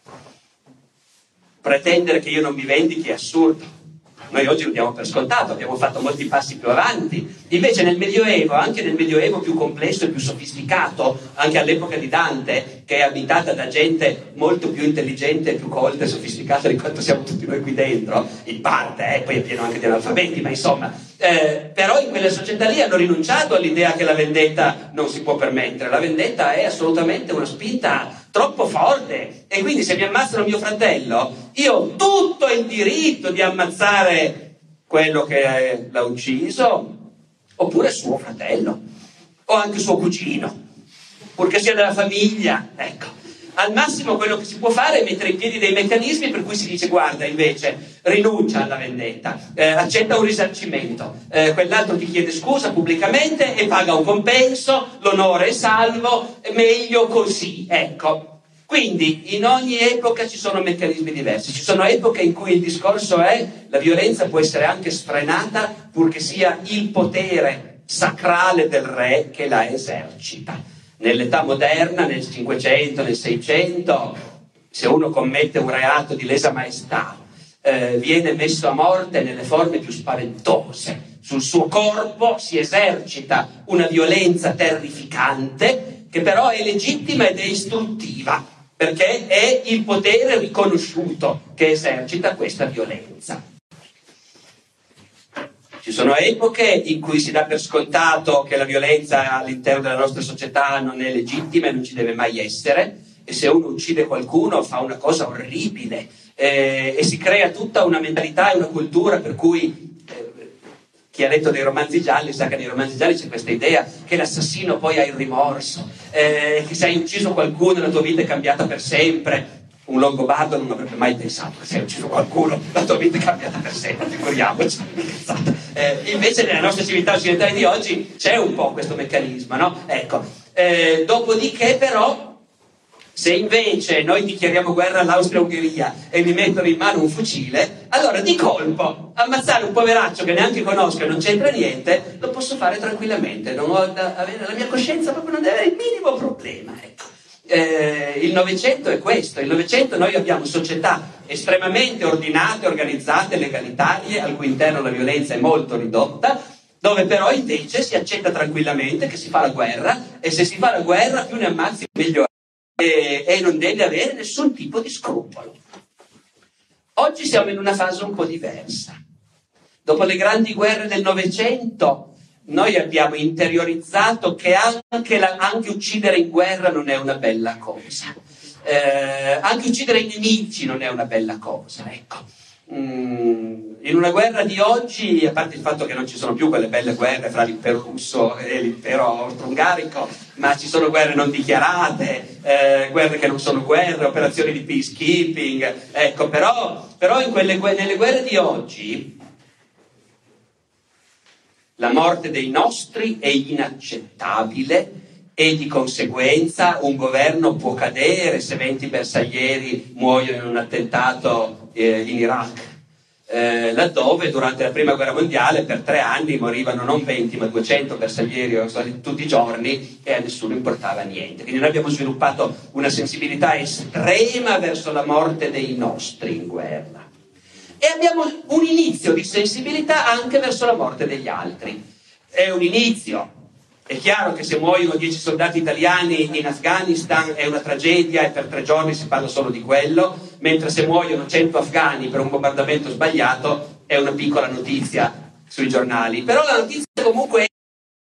C: pretendere che io non mi vendichi è assurdo. Noi oggi lo diamo per scontato, abbiamo fatto molti passi più avanti. Invece nel Medioevo, anche nel Medioevo più complesso e più sofisticato, anche all'epoca di Dante, che è abitata da gente molto più intelligente, più colta e sofisticata di quanto siamo tutti noi qui dentro, in parte, poi è pieno anche di analfabeti, ma insomma, però in quelle società lì hanno rinunciato all'idea che la vendetta non si può permettere. La vendetta è assolutamente una spinta troppo forte e quindi se mi ammazzano mio fratello io ho tutto il diritto di ammazzare quello che l'ha ucciso oppure suo fratello o anche suo cugino, purché sia della famiglia. Ecco, al massimo quello che si può fare è mettere in piedi dei meccanismi per cui si dice: guarda, invece rinuncia alla vendetta, accetta un risarcimento, quell'altro ti chiede scusa pubblicamente e paga un compenso, l'onore è salvo, è meglio così. Ecco, quindi in ogni epoca ci sono meccanismi diversi. Ci sono epoche in cui il discorso è: la violenza può essere anche sfrenata purché sia il potere sacrale del re che la esercita. Nell'età moderna, nel 500, nel 600, se uno commette un reato di lesa maestà, viene messo a morte nelle forme più spaventose. Sul suo corpo si esercita una violenza terrificante, che però è legittima ed è istruttiva, perché è il potere riconosciuto che esercita questa violenza. Ci sono epoche in cui si dà per scontato che la violenza all'interno della nostra società non è legittima e non ci deve mai essere, e se uno uccide qualcuno fa una cosa orribile, e si crea tutta una mentalità e una cultura per cui chi ha letto dei romanzi gialli sa che nei romanzi gialli c'è questa idea che l'assassino poi ha il rimorso, che se hai ucciso qualcuno la tua vita è cambiata per sempre. Un longobardo non avrebbe mai pensato che se hai ucciso qualcuno la tua vita è cambiata per sempre, figuriamoci. Invece nella nostra civiltà occidentale di oggi c'è un po' questo meccanismo, no? Ecco. Dopodiché però, se invece noi dichiariamo guerra all'Austria-Ungheria e mi mettono in mano un fucile, allora di colpo ammazzare un poveraccio che neanche conosco e non c'entra niente lo posso fare tranquillamente, non ho da avere, la mia coscienza proprio non deve avere il minimo problema, ecco. Il Novecento è questo. Il Novecento noi abbiamo società estremamente ordinate, organizzate, legalitarie, al cui interno la violenza è molto ridotta, dove però invece si accetta tranquillamente che si fa la guerra, e se si fa la guerra più ne ammazzi meglio è, e non deve avere nessun tipo di scrupolo. Oggi siamo in una fase un po' diversa. Dopo le grandi guerre del Novecento noi abbiamo interiorizzato che anche uccidere in guerra non è una bella cosa. Anche uccidere i nemici non è una bella cosa, ecco. In una guerra di oggi, a parte il fatto che non ci sono più quelle belle guerre fra l'impero russo e l'impero austro-ungarico, ma ci sono guerre non dichiarate, guerre che non sono guerre, operazioni di peacekeeping, ecco, però nelle guerre di oggi la morte dei nostri è inaccettabile e di conseguenza un governo può cadere se 20 bersaglieri muoiono in un attentato in Iraq, laddove durante la prima guerra mondiale per 3 anni morivano non 20 ma 200 bersaglieri tutti i giorni e a nessuno importava niente. Quindi noi abbiamo sviluppato una sensibilità estrema verso la morte dei nostri in guerra. E abbiamo un inizio di sensibilità anche verso la morte degli altri. È un inizio. È chiaro che se muoiono 10 soldati italiani in Afghanistan è una tragedia e per 3 giorni si parla solo di quello, mentre se muoiono 100 afghani per un bombardamento sbagliato è una piccola notizia sui giornali. Però la notizia comunque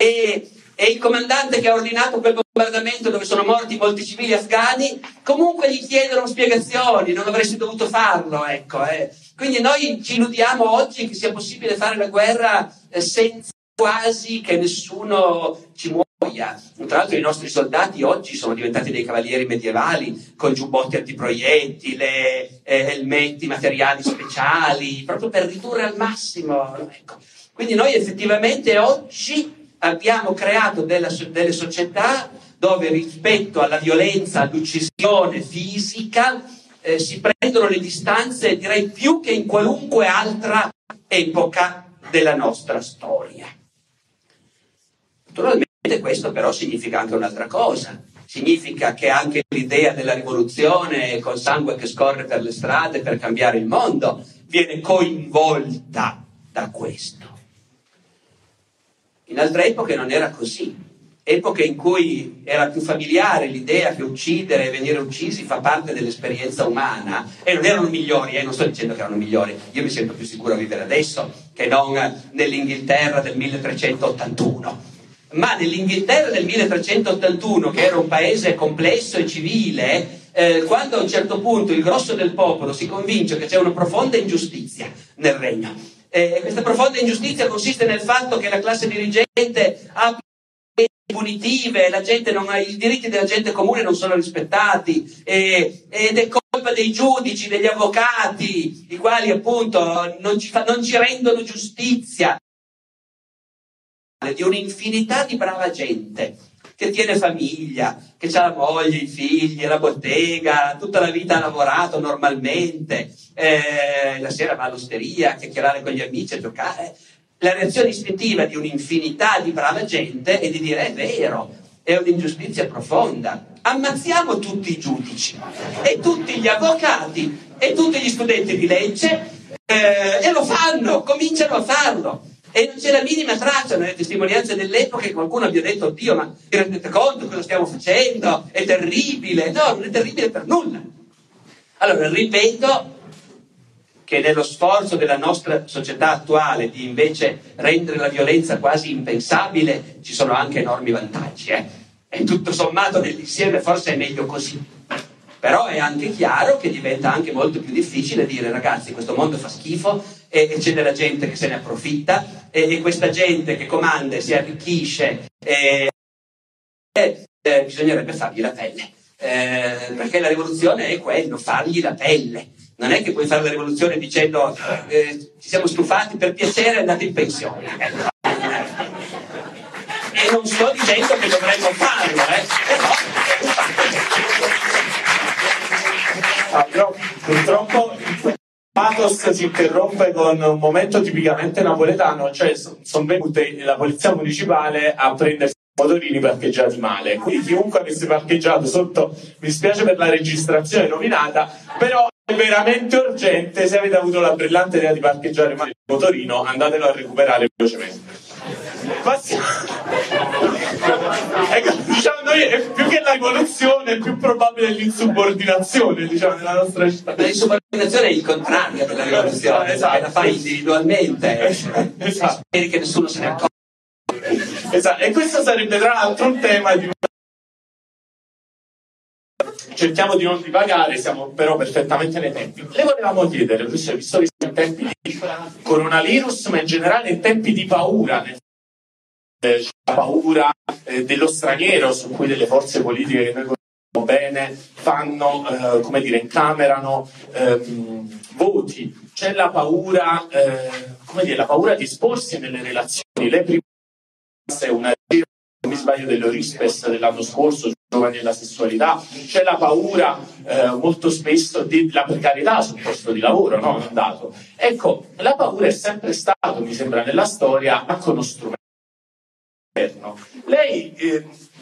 C: e il comandante che ha ordinato quel bombardamento dove sono morti molti civili afghani, comunque gli chiedono spiegazioni, non avresti dovuto farlo, ecco. Quindi noi ci illudiamo oggi che sia possibile fare la guerra senza quasi che nessuno ci muoia. Tra l'altro i nostri soldati oggi sono diventati dei cavalieri medievali con giubbotti antiproiettile, elmetti materiali speciali, proprio per ridurre al massimo, ecco. Quindi noi effettivamente oggi abbiamo creato delle società dove rispetto alla violenza, all'uccisione fisica si prendono le distanze, direi più che in qualunque altra epoca della nostra storia. Naturalmente questo però significa anche un'altra cosa. Significa che anche l'idea della rivoluzione col sangue che scorre per le strade per cambiare il mondo viene coinvolta da questo. In altre epoche non era così, epoche in cui era più familiare l'idea che uccidere e venire uccisi fa parte dell'esperienza umana, e non erano migliori, non sto dicendo che erano migliori, io mi sento più sicuro a vivere adesso che non nell'Inghilterra del 1381, ma nell'Inghilterra del 1381, che era un paese complesso e civile, quando a un certo punto il grosso del popolo si convince che c'è una profonda ingiustizia nel regno. Questa profonda ingiustizia consiste nel fatto che la classe dirigente ha punitive, i diritti della gente comune non sono rispettati, ed è colpa dei giudici, degli avvocati, i quali appunto non ci rendono giustizia, di un'infinità di brava gente che tiene famiglia, che ha la moglie, i figli, la bottega, tutta la vita ha lavorato normalmente, la sera va all'osteria a chiacchierare con gli amici, a giocare. La reazione istintiva di un'infinità di brava gente è di dire: è vero, è un'ingiustizia profonda, ammazziamo tutti i giudici e tutti gli avvocati e tutti gli studenti di legge, e lo fanno, cominciano a farlo. E non c'è la minima traccia nelle testimonianze dell'epoca che qualcuno abbia detto: oddio, ma vi rendete conto cosa stiamo facendo? È terribile. No, non è terribile per nulla. Allora, ripeto che nello sforzo della nostra società attuale di invece rendere la violenza quasi impensabile ci sono anche enormi vantaggi. E tutto sommato nell'insieme forse è meglio così. Però è anche chiaro che diventa anche molto più difficile dire: ragazzi, questo mondo fa schifo e c'è della gente che se ne approfitta, e questa gente che comanda e si arricchisce, bisognerebbe fargli la pelle, perché la rivoluzione è quello, fargli la pelle. Non è che puoi fare la rivoluzione dicendo ci siamo stufati, per piacere andate in pensione. E non sto dicendo che dovremmo farlo,
B: però purtroppo il pathos si interrompe con un momento tipicamente napoletano, cioè sono venute la polizia municipale a prendersi i motorini parcheggiati male, quindi chiunque avesse parcheggiato sotto, mi spiace per la registrazione nominata, però è veramente urgente. Se avete avuto la brillante idea di parcheggiare male il motorino, andatelo a recuperare velocemente. Ecco, diciamo, noi è più che la rivoluzione è più probabile l'insubordinazione, diciamo, nella nostra città.
C: L'insubordinazione è il contrario della rivoluzione, esatto. La fai individualmente, esatto. Speri che nessuno se ne accorga.
B: Esatto. E questo sarebbe tra l'altro un tema di... Cerchiamo di non divagare, siamo però perfettamente nei tempi. Le volevamo chiedere, visto che siamo in tempi di coronavirus, ma in generale in tempi di paura, la paura dello straniero, su cui delle forze politiche che noi conosciamo bene fanno, incamerano voti. C'è la paura, la paura di esporsi nelle relazioni. Lei prima è una, non mi sbaglio, dell'Eurispes dell'anno scorso, giovani e la sessualità. C'è la paura molto spesso della precarietà sul posto di lavoro, no? Un dato. Ecco, la paura è sempre stato, mi sembra, nella storia anche uno strumento. Lei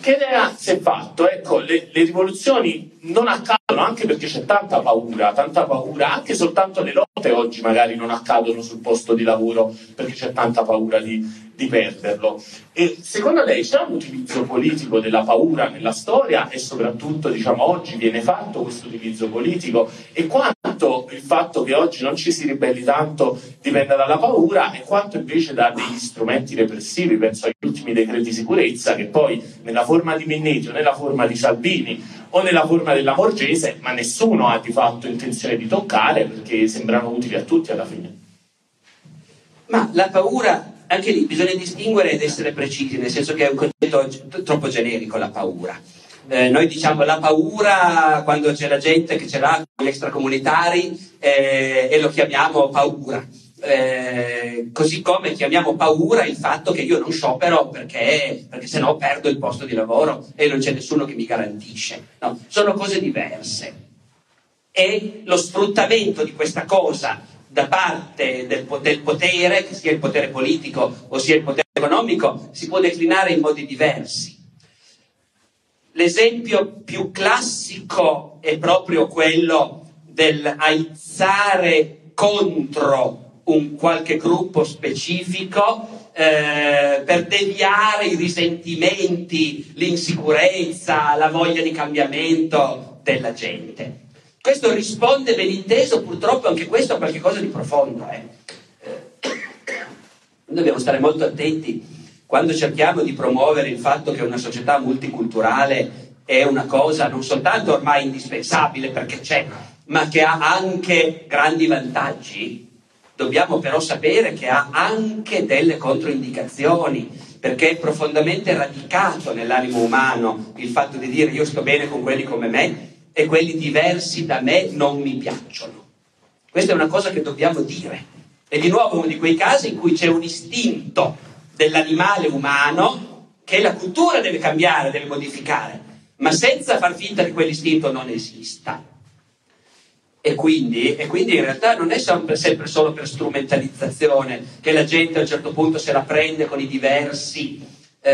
B: Che idea si è fatto? Ecco, le rivoluzioni non accadono anche perché c'è tanta paura, anche soltanto le lotte oggi magari non accadono sul posto di lavoro perché c'è tanta paura di perderlo. E secondo lei c'è un utilizzo politico della paura nella storia e soprattutto, diciamo, oggi viene fatto questo utilizzo politico, e quanto il fatto che oggi non ci si ribelli tanto dipenda dalla paura e quanto invece da degli strumenti repressivi, penso agli ultimi decreti sicurezza che poi nella forma di Minniti o nella forma di Salvini o nella forma della Lamorgese, ma nessuno ha di fatto intenzione di toccare perché sembrano utili a tutti alla fine.
C: Ma la paura, anche lì bisogna distinguere ed essere precisi, nel senso che è un concetto troppo generico la paura. Noi diciamo la paura quando c'è la gente che ce l'ha con gli extracomunitari e lo chiamiamo paura. Così come chiamiamo paura il fatto che io non sciopero perché sennò perdo il posto di lavoro e non c'è nessuno che mi garantisce. No, sono cose diverse. E lo sfruttamento di questa cosa da parte del potere, che sia il potere politico o sia il potere economico, si può declinare in modi diversi. L'esempio più classico è proprio quello del aizzare contro un qualche gruppo specifico per deviare i risentimenti, l'insicurezza, la voglia di cambiamento della gente. Questo risponde, ben inteso, purtroppo anche questo a qualcosa di profondo. Dobbiamo stare molto attenti quando cerchiamo di promuovere il fatto che una società multiculturale è una cosa non soltanto ormai indispensabile perché c'è, ma che ha anche grandi vantaggi. Dobbiamo però sapere che ha anche delle controindicazioni, perché è profondamente radicato nell'animo umano il fatto di dire io sto bene con quelli come me e quelli diversi da me non mi piacciono. Questa è una cosa che dobbiamo dire. E di nuovo uno di quei casi in cui c'è un istinto dell'animale umano che la cultura deve cambiare, deve modificare, ma senza far finta che quell'istinto non esista. E quindi in realtà non è sempre solo per strumentalizzazione che la gente a un certo punto se la prende con i diversi.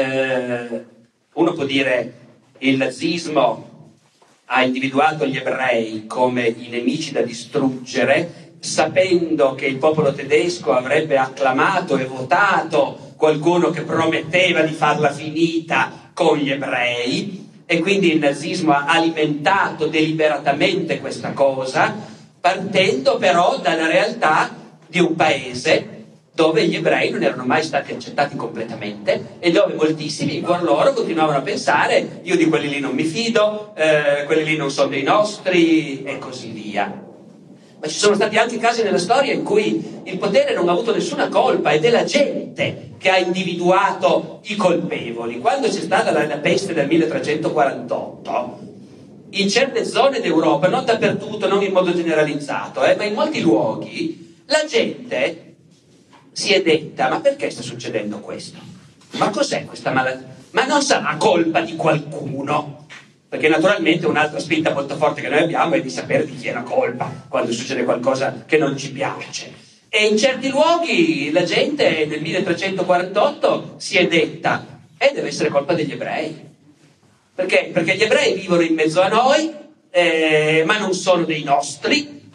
C: Uno può dire il nazismo ha individuato gli ebrei come i nemici da distruggere, sapendo che il popolo tedesco avrebbe acclamato e votato qualcuno che prometteva di farla finita con gli ebrei, e quindi il nazismo ha alimentato deliberatamente questa cosa, partendo però dalla realtà di un paese dove gli ebrei non erano mai stati accettati completamente e dove moltissimi in cuor loro continuavano a pensare io di quelli lì non mi fido, quelli lì non sono dei nostri e così via. Ma ci sono stati anche casi nella storia in cui il potere non ha avuto nessuna colpa ed è la gente che ha individuato i colpevoli. Quando c'è stata la peste del 1348, in certe zone d'Europa, non dappertutto, non in modo generalizzato, ma in molti luoghi, la gente si è detta, ma perché sta succedendo questo? Ma cos'è questa malattia? Ma non sarà colpa di qualcuno? Perché naturalmente un'altra spinta molto forte che noi abbiamo è di sapere di chi è la colpa quando succede qualcosa che non ci piace. E in certi luoghi la gente nel 1348 si è detta deve essere colpa degli ebrei. Perché? Perché gli ebrei vivono in mezzo a noi, ma non sono dei nostri,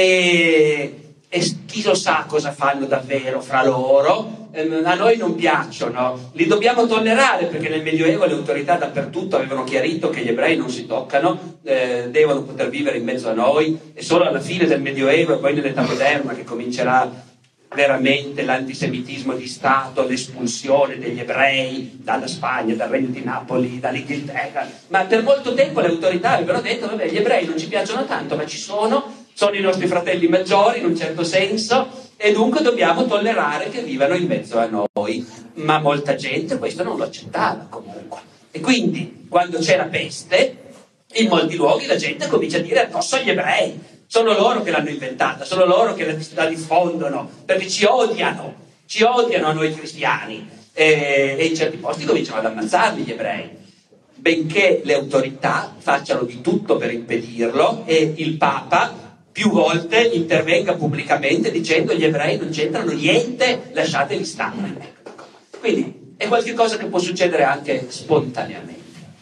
C: e chi lo sa cosa fanno davvero fra loro. A noi non piacciono, li dobbiamo tollerare perché nel Medioevo le autorità dappertutto avevano chiarito che gli ebrei non si toccano, devono poter vivere in mezzo a noi, e solo alla fine del Medioevo e poi nell'età moderna che comincerà veramente l'antisemitismo di Stato, l'espulsione degli ebrei dalla Spagna, dal Regno di Napoli, dall'Inghilterra. Ma per molto tempo le autorità avevano detto vabbè, gli ebrei non ci piacciono tanto, ma ci sono i nostri fratelli maggiori in un certo senso, e dunque dobbiamo tollerare che vivano in mezzo a noi. Ma molta gente questo non lo accettava comunque. E quindi quando c'è la peste, in molti luoghi la gente comincia a dire addosso agli ebrei, sono loro che l'hanno inventata, sono loro che la diffondono, perché ci odiano a noi cristiani, e in certi posti cominciano ad ammazzarli gli ebrei, benché le autorità facciano di tutto per impedirlo, e il Papa più volte intervenga pubblicamente dicendo gli ebrei non c'entrano niente, lasciateli stare. Quindi è qualcosa che può succedere anche spontaneamente.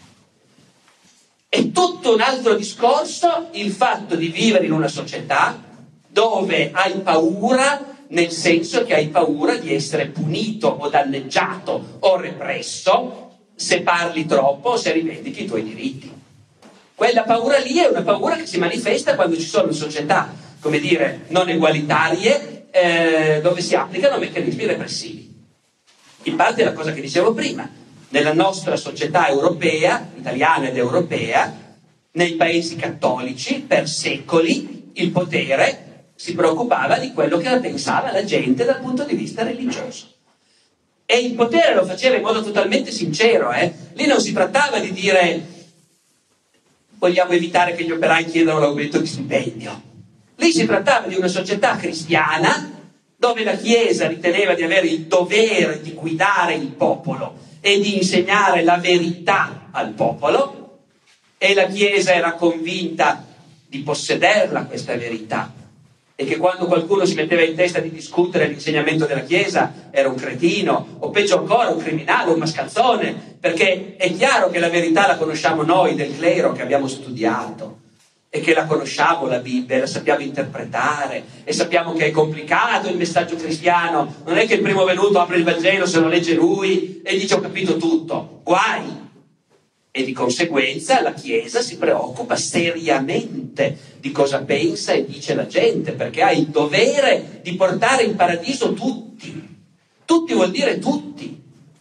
C: È tutto un altro discorso il fatto di vivere in una società dove hai paura, nel senso che hai paura di essere punito o danneggiato o represso se parli troppo o se rivendichi i tuoi diritti. Quella paura lì è una paura che si manifesta quando ci sono società, come dire, non egualitarie, dove si applicano meccanismi repressivi. In parte è la cosa che dicevo prima. Nella nostra società europea, italiana ed europea, nei paesi cattolici, per secoli, il potere si preoccupava di quello che pensava la gente dal punto di vista religioso. E il potere lo faceva in modo totalmente sincero. Lì non si trattava di dire vogliamo evitare che gli operai chiedano l'aumento di stipendio. Lì si trattava di una società cristiana dove la Chiesa riteneva di avere il dovere di guidare il popolo e di insegnare la verità al popolo, e la Chiesa era convinta di possederla questa verità, e che quando qualcuno si metteva in testa di discutere l'insegnamento della Chiesa era un cretino, o peggio ancora un criminale, un mascalzone, perché è chiaro che la verità la conosciamo noi del clero che abbiamo studiato e che la conosciamo la Bibbia, la sappiamo interpretare e sappiamo che è complicato il messaggio cristiano. Non è che il primo venuto apre il Vangelo, se lo legge lui e dice ho capito tutto. Guai! E di conseguenza la Chiesa si preoccupa seriamente di cosa pensa e dice la gente, perché ha il dovere di portare in paradiso tutti. Tutti vuol dire tutti.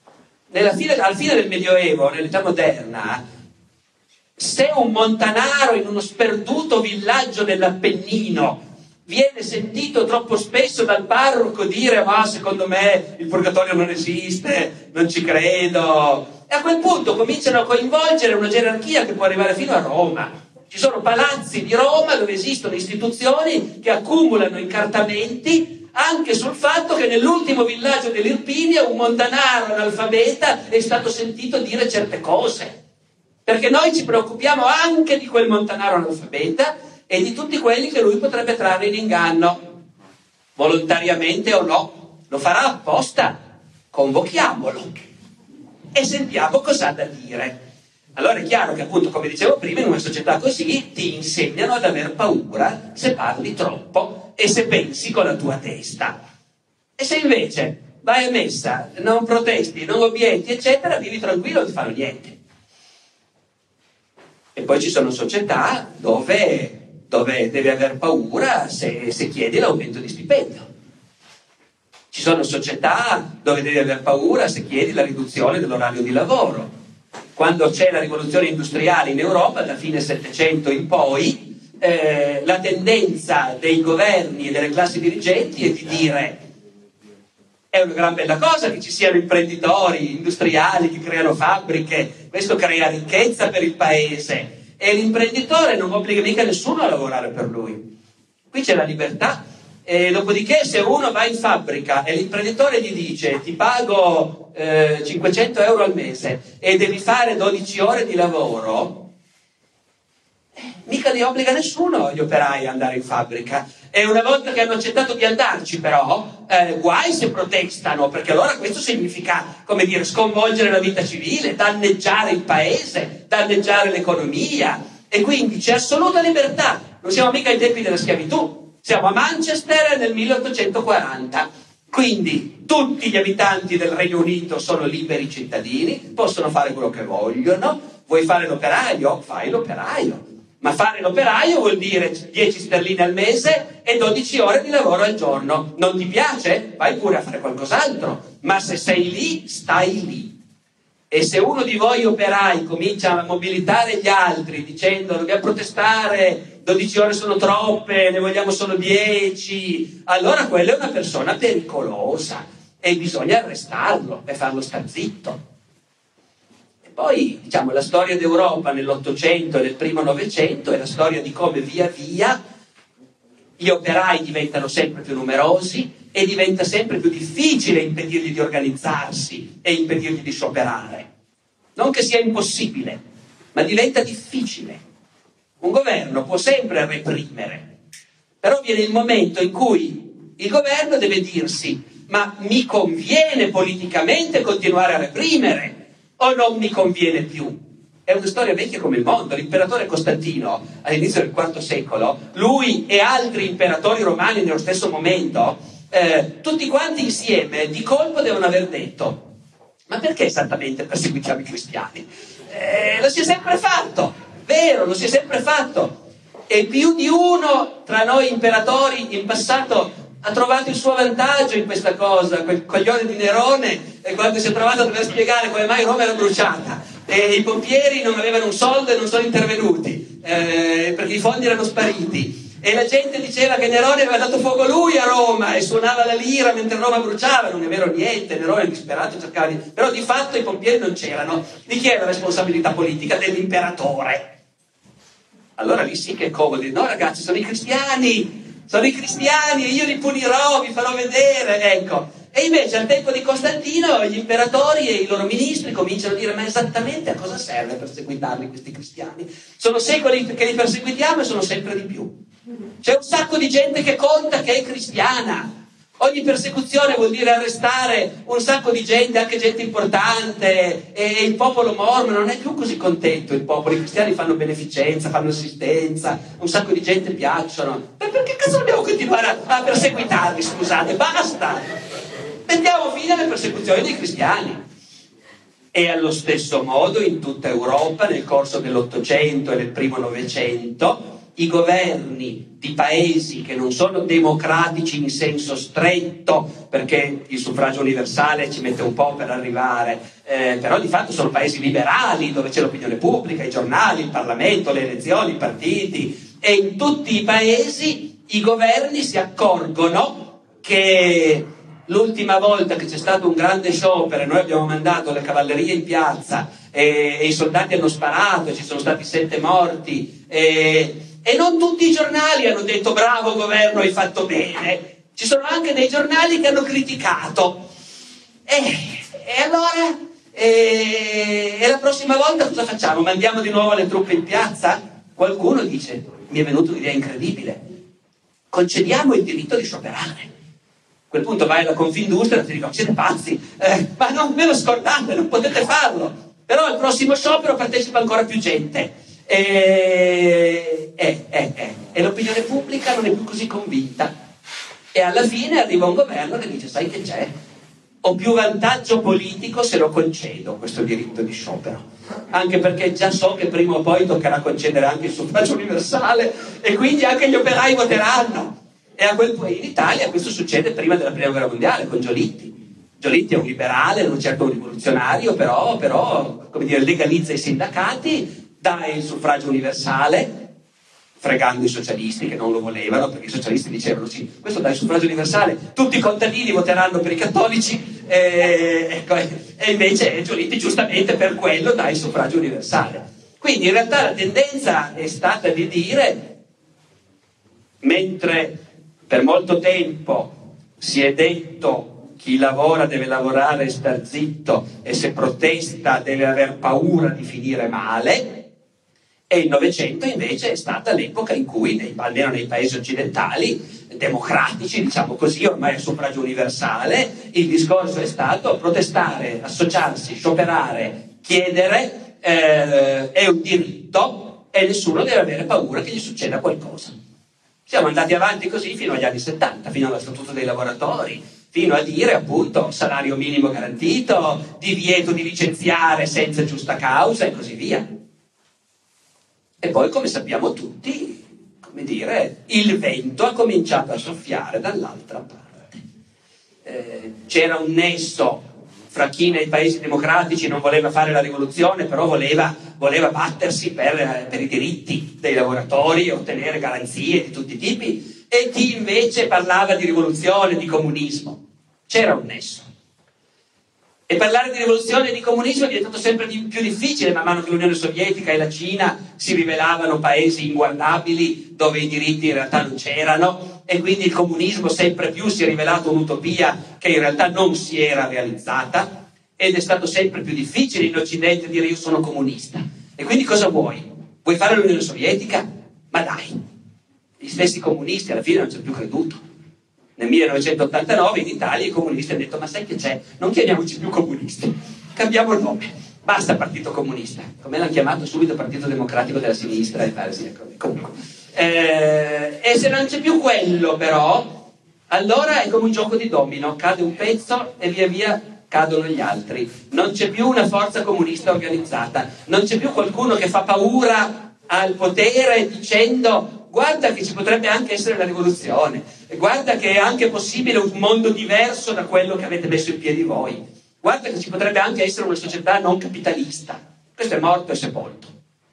C: Al fine del Medioevo, nell'età moderna, se un montanaro in uno sperduto villaggio dell'Appennino viene sentito troppo spesso dal parroco dire ma secondo me il purgatorio non esiste, non ci credo, e a quel punto cominciano a coinvolgere una gerarchia che può arrivare fino a Roma. Ci sono palazzi di Roma dove esistono istituzioni che accumulano incartamenti anche sul fatto che nell'ultimo villaggio dell'Irpinia un montanaro analfabeta è stato sentito dire certe cose. Perché noi ci preoccupiamo anche di quel montanaro analfabeta e di tutti quelli che lui potrebbe trarre in inganno, volontariamente o no. Lo farà apposta, convochiamolo e sentiamo cosa ha da dire. Allora è chiaro che appunto, come dicevo prima, in una società così ti insegnano ad aver paura se parli troppo e se pensi con la tua testa. E se invece vai a messa, non protesti, non obietti, eccetera, vivi tranquillo, non ti fanno niente. E poi ci sono società dove devi aver paura se chiedi l'aumento di stipendio. Ci sono società dove devi aver paura se chiedi la riduzione dell'orario di lavoro. Quando c'è la rivoluzione industriale in Europa, da fine Settecento in poi, la tendenza dei governi e delle classi dirigenti è di dire è una gran bella cosa che ci siano imprenditori industriali che creano fabbriche, questo crea ricchezza per il paese e l'imprenditore non obbliga mica nessuno a lavorare per lui. Qui c'è la libertà e dopodiché se uno va in fabbrica e l'imprenditore gli dice ti pago 500 euro al mese e devi fare 12 ore di lavoro, mica ne obbliga nessuno gli operai ad andare in fabbrica. E una volta che hanno accettato di andarci però guai se protestano, perché allora questo significa, come dire, sconvolgere la vita civile, danneggiare il paese, danneggiare l'economia, e quindi c'è assoluta libertà. Non siamo mica ai tempi della schiavitù, siamo a Manchester nel 1840, quindi tutti gli abitanti del Regno Unito sono liberi cittadini, possono fare quello che vogliono. Vuoi fare l'operaio? Fai l'operaio. Ma fare l'operaio vuol dire 10 sterline al mese e 12 ore di lavoro al giorno. Non ti piace? Vai pure a fare qualcos'altro. Ma se sei lì, stai lì. E se uno di voi operai comincia a mobilitare gli altri dicendo dobbiamo protestare, 12 ore sono troppe, ne vogliamo solo 10, allora quella è una persona pericolosa e bisogna arrestarlo e farlo star zitto. Poi, diciamo, la storia d'Europa nell'Ottocento e nel primo Novecento è la storia di come via via gli operai diventano sempre più numerosi e diventa sempre più difficile impedirgli di organizzarsi e impedirgli di scioperare. Non che sia impossibile, ma diventa difficile. Un governo può sempre reprimere, però viene il momento in cui il governo deve dirsi ma mi conviene politicamente continuare a reprimere o non mi conviene più? è una storia vecchia come il mondo. L'imperatore Costantino, all'inizio del IV secolo, lui e altri imperatori romani nello stesso momento, tutti quanti insieme di colpo devono aver detto: ma perché esattamente perseguitiamo i cristiani? Lo si è sempre fatto, vero, lo si è sempre fatto. E più di uno tra noi imperatori in passato ha trovato il suo vantaggio in questa cosa. Quel coglione di Nerone, quando si è trovato a dover spiegare come mai Roma era bruciata e i pompieri non avevano un soldo e non sono intervenuti perché i fondi erano spariti, e la gente diceva che Nerone aveva dato fuoco lui a Roma e suonava la lira mentre Roma bruciava. Non è vero niente, Nerone disperato cercava di... però di fatto i pompieri non c'erano. Di chi è la responsabilità politica? Dell'imperatore. Allora lì sì che è comodo. No ragazzi, sono i cristiani e io li punirò, vi farò vedere, ecco. E invece al tempo di Costantino gli imperatori e i loro ministri cominciano a dire: ma esattamente a cosa serve perseguitarli questi cristiani? Sono secoli che li perseguitiamo e sono sempre di più. C'è un sacco di gente che conta che è cristiana. Ogni persecuzione vuol dire arrestare un sacco di gente, anche gente importante, e il popolo mormone non è più così contento. Il popolo, i cristiani fanno beneficenza, fanno assistenza, un sacco di gente piacciono. Ma perché cazzo dobbiamo continuare a perseguitarli, scusate? Basta! Mettiamo fine alle persecuzioni dei cristiani. E allo stesso modo in tutta Europa nel corso dell'Ottocento e del primo Novecento i governi di paesi che non sono democratici in senso stretto, perché il suffragio universale ci mette un po' per arrivare, però di fatto sono paesi liberali dove c'è l'opinione pubblica, i giornali, il Parlamento, le elezioni, i partiti, e in tutti i paesi i governi si accorgono che l'ultima volta che c'è stato un grande sciopero, noi abbiamo mandato le cavallerie in piazza e i soldati hanno sparato e ci sono stati 7 morti e non tutti i giornali hanno detto: bravo governo, hai fatto bene. Ci sono anche dei giornali che hanno criticato. E allora? E la prossima volta cosa facciamo? Mandiamo di nuovo le truppe in piazza? Qualcuno dice: mi è venuta un'idea incredibile, concediamo il diritto di scioperare. A quel punto vai alla Confindustria e ti dicono: siete pazzi, ma non ve lo scordate, non potete farlo. Però al prossimo sciopero partecipa ancora più gente. E l'opinione pubblica non è più così convinta. E alla fine arriva un governo che dice: sai che c'è? Ho più vantaggio politico se lo concedo questo diritto di sciopero, anche perché già so che prima o poi toccherà concedere anche il suffragio universale e quindi anche gli operai voteranno. E a quel punto in Italia questo succede prima della prima guerra mondiale con Giolitti. Giolitti è un liberale, non certo un rivoluzionario, però come dire, legalizza i sindacati, dà il suffragio universale, fregando i socialisti che non lo volevano, perché i socialisti dicevano: sì, questo dà il suffragio universale, tutti i contadini voteranno per i cattolici, e invece Giolitti giustamente per quello dà il suffragio universale. Quindi in realtà la tendenza è stata di dire, mentre per molto tempo si è detto chi lavora deve lavorare e star zitto, e se protesta deve aver paura di finire male, e il Novecento invece è stata l'epoca in cui, almeno nei paesi occidentali, democratici, diciamo così, ormai a suffragio universale, il discorso è stato: protestare, associarsi, scioperare, chiedere è un diritto e nessuno deve avere paura che gli succeda qualcosa. Siamo andati avanti così fino agli anni 70, fino allo Statuto dei lavoratori, fino a dire appunto salario minimo garantito, divieto di licenziare senza giusta causa e così via. E poi, come sappiamo tutti, come dire, il vento ha cominciato a soffiare dall'altra parte. C'era un nesso fra chi nei paesi democratici non voleva fare la rivoluzione, però voleva battersi per i diritti dei lavoratori, ottenere garanzie di tutti i tipi, e chi invece parlava di rivoluzione, di comunismo. C'era un nesso. E parlare di rivoluzione e di comunismo è diventato sempre più difficile man mano che l'Unione Sovietica e la Cina si rivelavano paesi inguardabili dove i diritti in realtà non c'erano, e quindi il comunismo sempre più si è rivelato un'utopia che in realtà non si era realizzata, ed è stato sempre più difficile in Occidente dire: io sono comunista. E quindi cosa vuoi? Vuoi fare l'Unione Sovietica? Ma dai, gli stessi comunisti alla fine non ci hanno più creduto. Nel 1989 in Italia i comunisti hanno detto: ma sai che c'è? Non chiamiamoci più comunisti, cambiamo il nome, Basta Partito Comunista, come l'hanno chiamato subito Partito Democratico della Sinistra e pare sia comunque. E se non c'è più quello però, allora è come un gioco di domino, cade un pezzo e via via cadono gli altri. Non c'è più una forza comunista organizzata, non c'è più qualcuno che fa paura al potere dicendo guarda che ci potrebbe anche essere la rivoluzione, guarda che è anche possibile un mondo diverso da quello che avete messo in piedi voi, guarda che ci potrebbe anche essere una società non capitalista. Questo è morto e sepolto.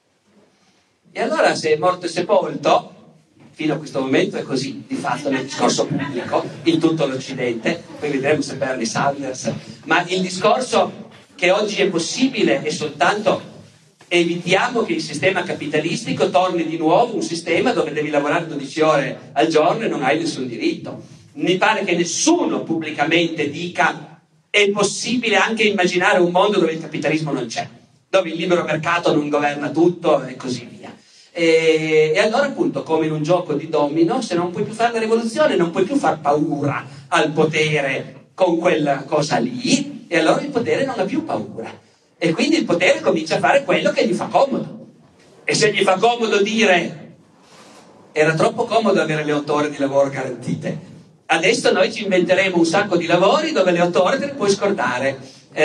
C: E allora se è morto e sepolto, fino a questo momento è così, di fatto nel discorso pubblico, in tutto l'Occidente, poi vedremo se Bernie Sanders, ma il discorso che oggi è possibile è soltanto evitiamo che il sistema capitalistico torni di nuovo un sistema dove devi lavorare 12 ore al giorno e non hai nessun diritto. Mi pare che nessuno pubblicamente dica è possibile anche immaginare un mondo dove il capitalismo non c'è, dove il libero mercato non governa tutto e così via. E allora appunto come in un gioco di domino, se non puoi più fare la rivoluzione non puoi più far paura al potere con quella cosa lì, e allora il potere non ha più paura e quindi il potere comincia a fare quello che gli fa comodo. E se gli fa comodo dire era troppo comodo avere le 8 ore di lavoro garantite, adesso noi ci inventeremo un sacco di lavori dove le 8 ore te le puoi scordare,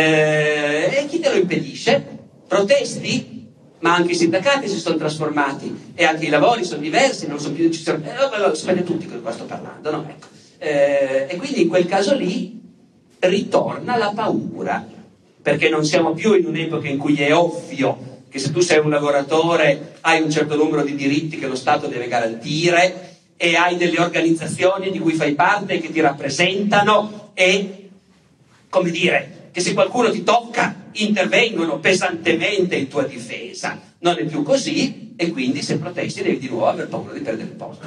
C: e chi te lo impedisce? Protesti? Ma anche i sindacati si sono trasformati e anche i lavori sono diversi, non sono più sapete tutti di cosa sto parlando, no? Ecco. E quindi in quel caso lì ritorna la paura, perché non siamo più in un'epoca in cui è ovvio che se tu sei un lavoratore hai un certo numero di diritti che lo Stato deve garantire e hai delle organizzazioni di cui fai parte che ti rappresentano e, come dire, che se qualcuno ti tocca intervengono pesantemente in tua difesa. Non è più così e quindi se protesti devi di nuovo aver paura di perdere il posto.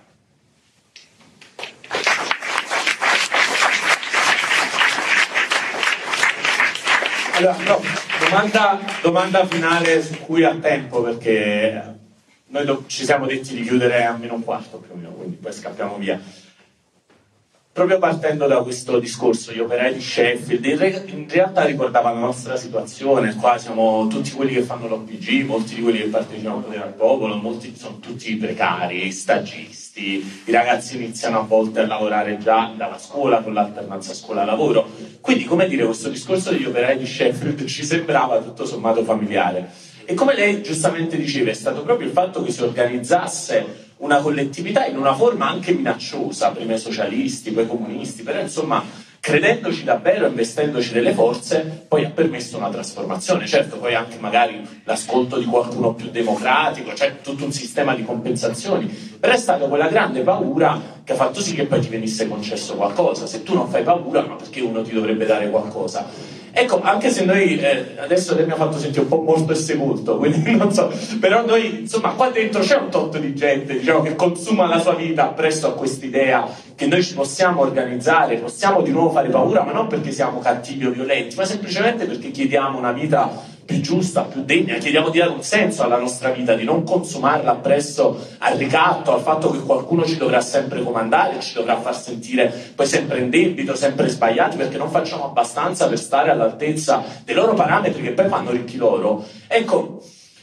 B: Allora, no, domanda finale su cui ha tempo, perché noi ci siamo detti di chiudere a -1/4 più o meno, quindi poi scappiamo via. Proprio partendo da questo discorso, gli operai di Sheffield in realtà ricordava la nostra situazione. Qua siamo tutti quelli che fanno l'OPG, molti di quelli che partecipano al Potere al Popolo, molti sono tutti precari, stagisti, i ragazzi iniziano a volte a lavorare già dalla scuola con l'alternanza scuola-lavoro. Quindi, come dire, questo discorso degli operai di Sheffield ci sembrava tutto sommato familiare. E come lei giustamente diceva, è stato proprio il fatto che si organizzasse una collettività in una forma anche minacciosa, prima i socialisti, poi i comunisti, però insomma credendoci davvero, investendoci delle forze, poi ha permesso una trasformazione. Certo, poi anche magari l'ascolto di qualcuno più democratico, cioè tutto un sistema di compensazioni, però è stata quella grande paura che ha fatto sì che poi ti venisse concesso qualcosa. Se tu non fai paura, ma perché uno ti dovrebbe dare qualcosa? Ecco, anche se noi, adesso lei mi ha fatto sentire un po' morto e sepolto, quindi non so, però noi, insomma, qua dentro c'è un tot di gente, diciamo, che consuma la sua vita presso a quest'idea che noi ci possiamo organizzare, possiamo di nuovo fare paura, ma non perché siamo cattivi o violenti, ma semplicemente perché chiediamo una vita più giusta, più degna, chiediamo di dare un senso alla nostra vita, di non consumarla appresso al ricatto, al fatto che qualcuno ci dovrà sempre comandare, ci dovrà far sentire poi sempre in debito, sempre sbagliati, perché non facciamo abbastanza per stare all'altezza dei loro parametri che poi fanno ricchi loro. Ecco,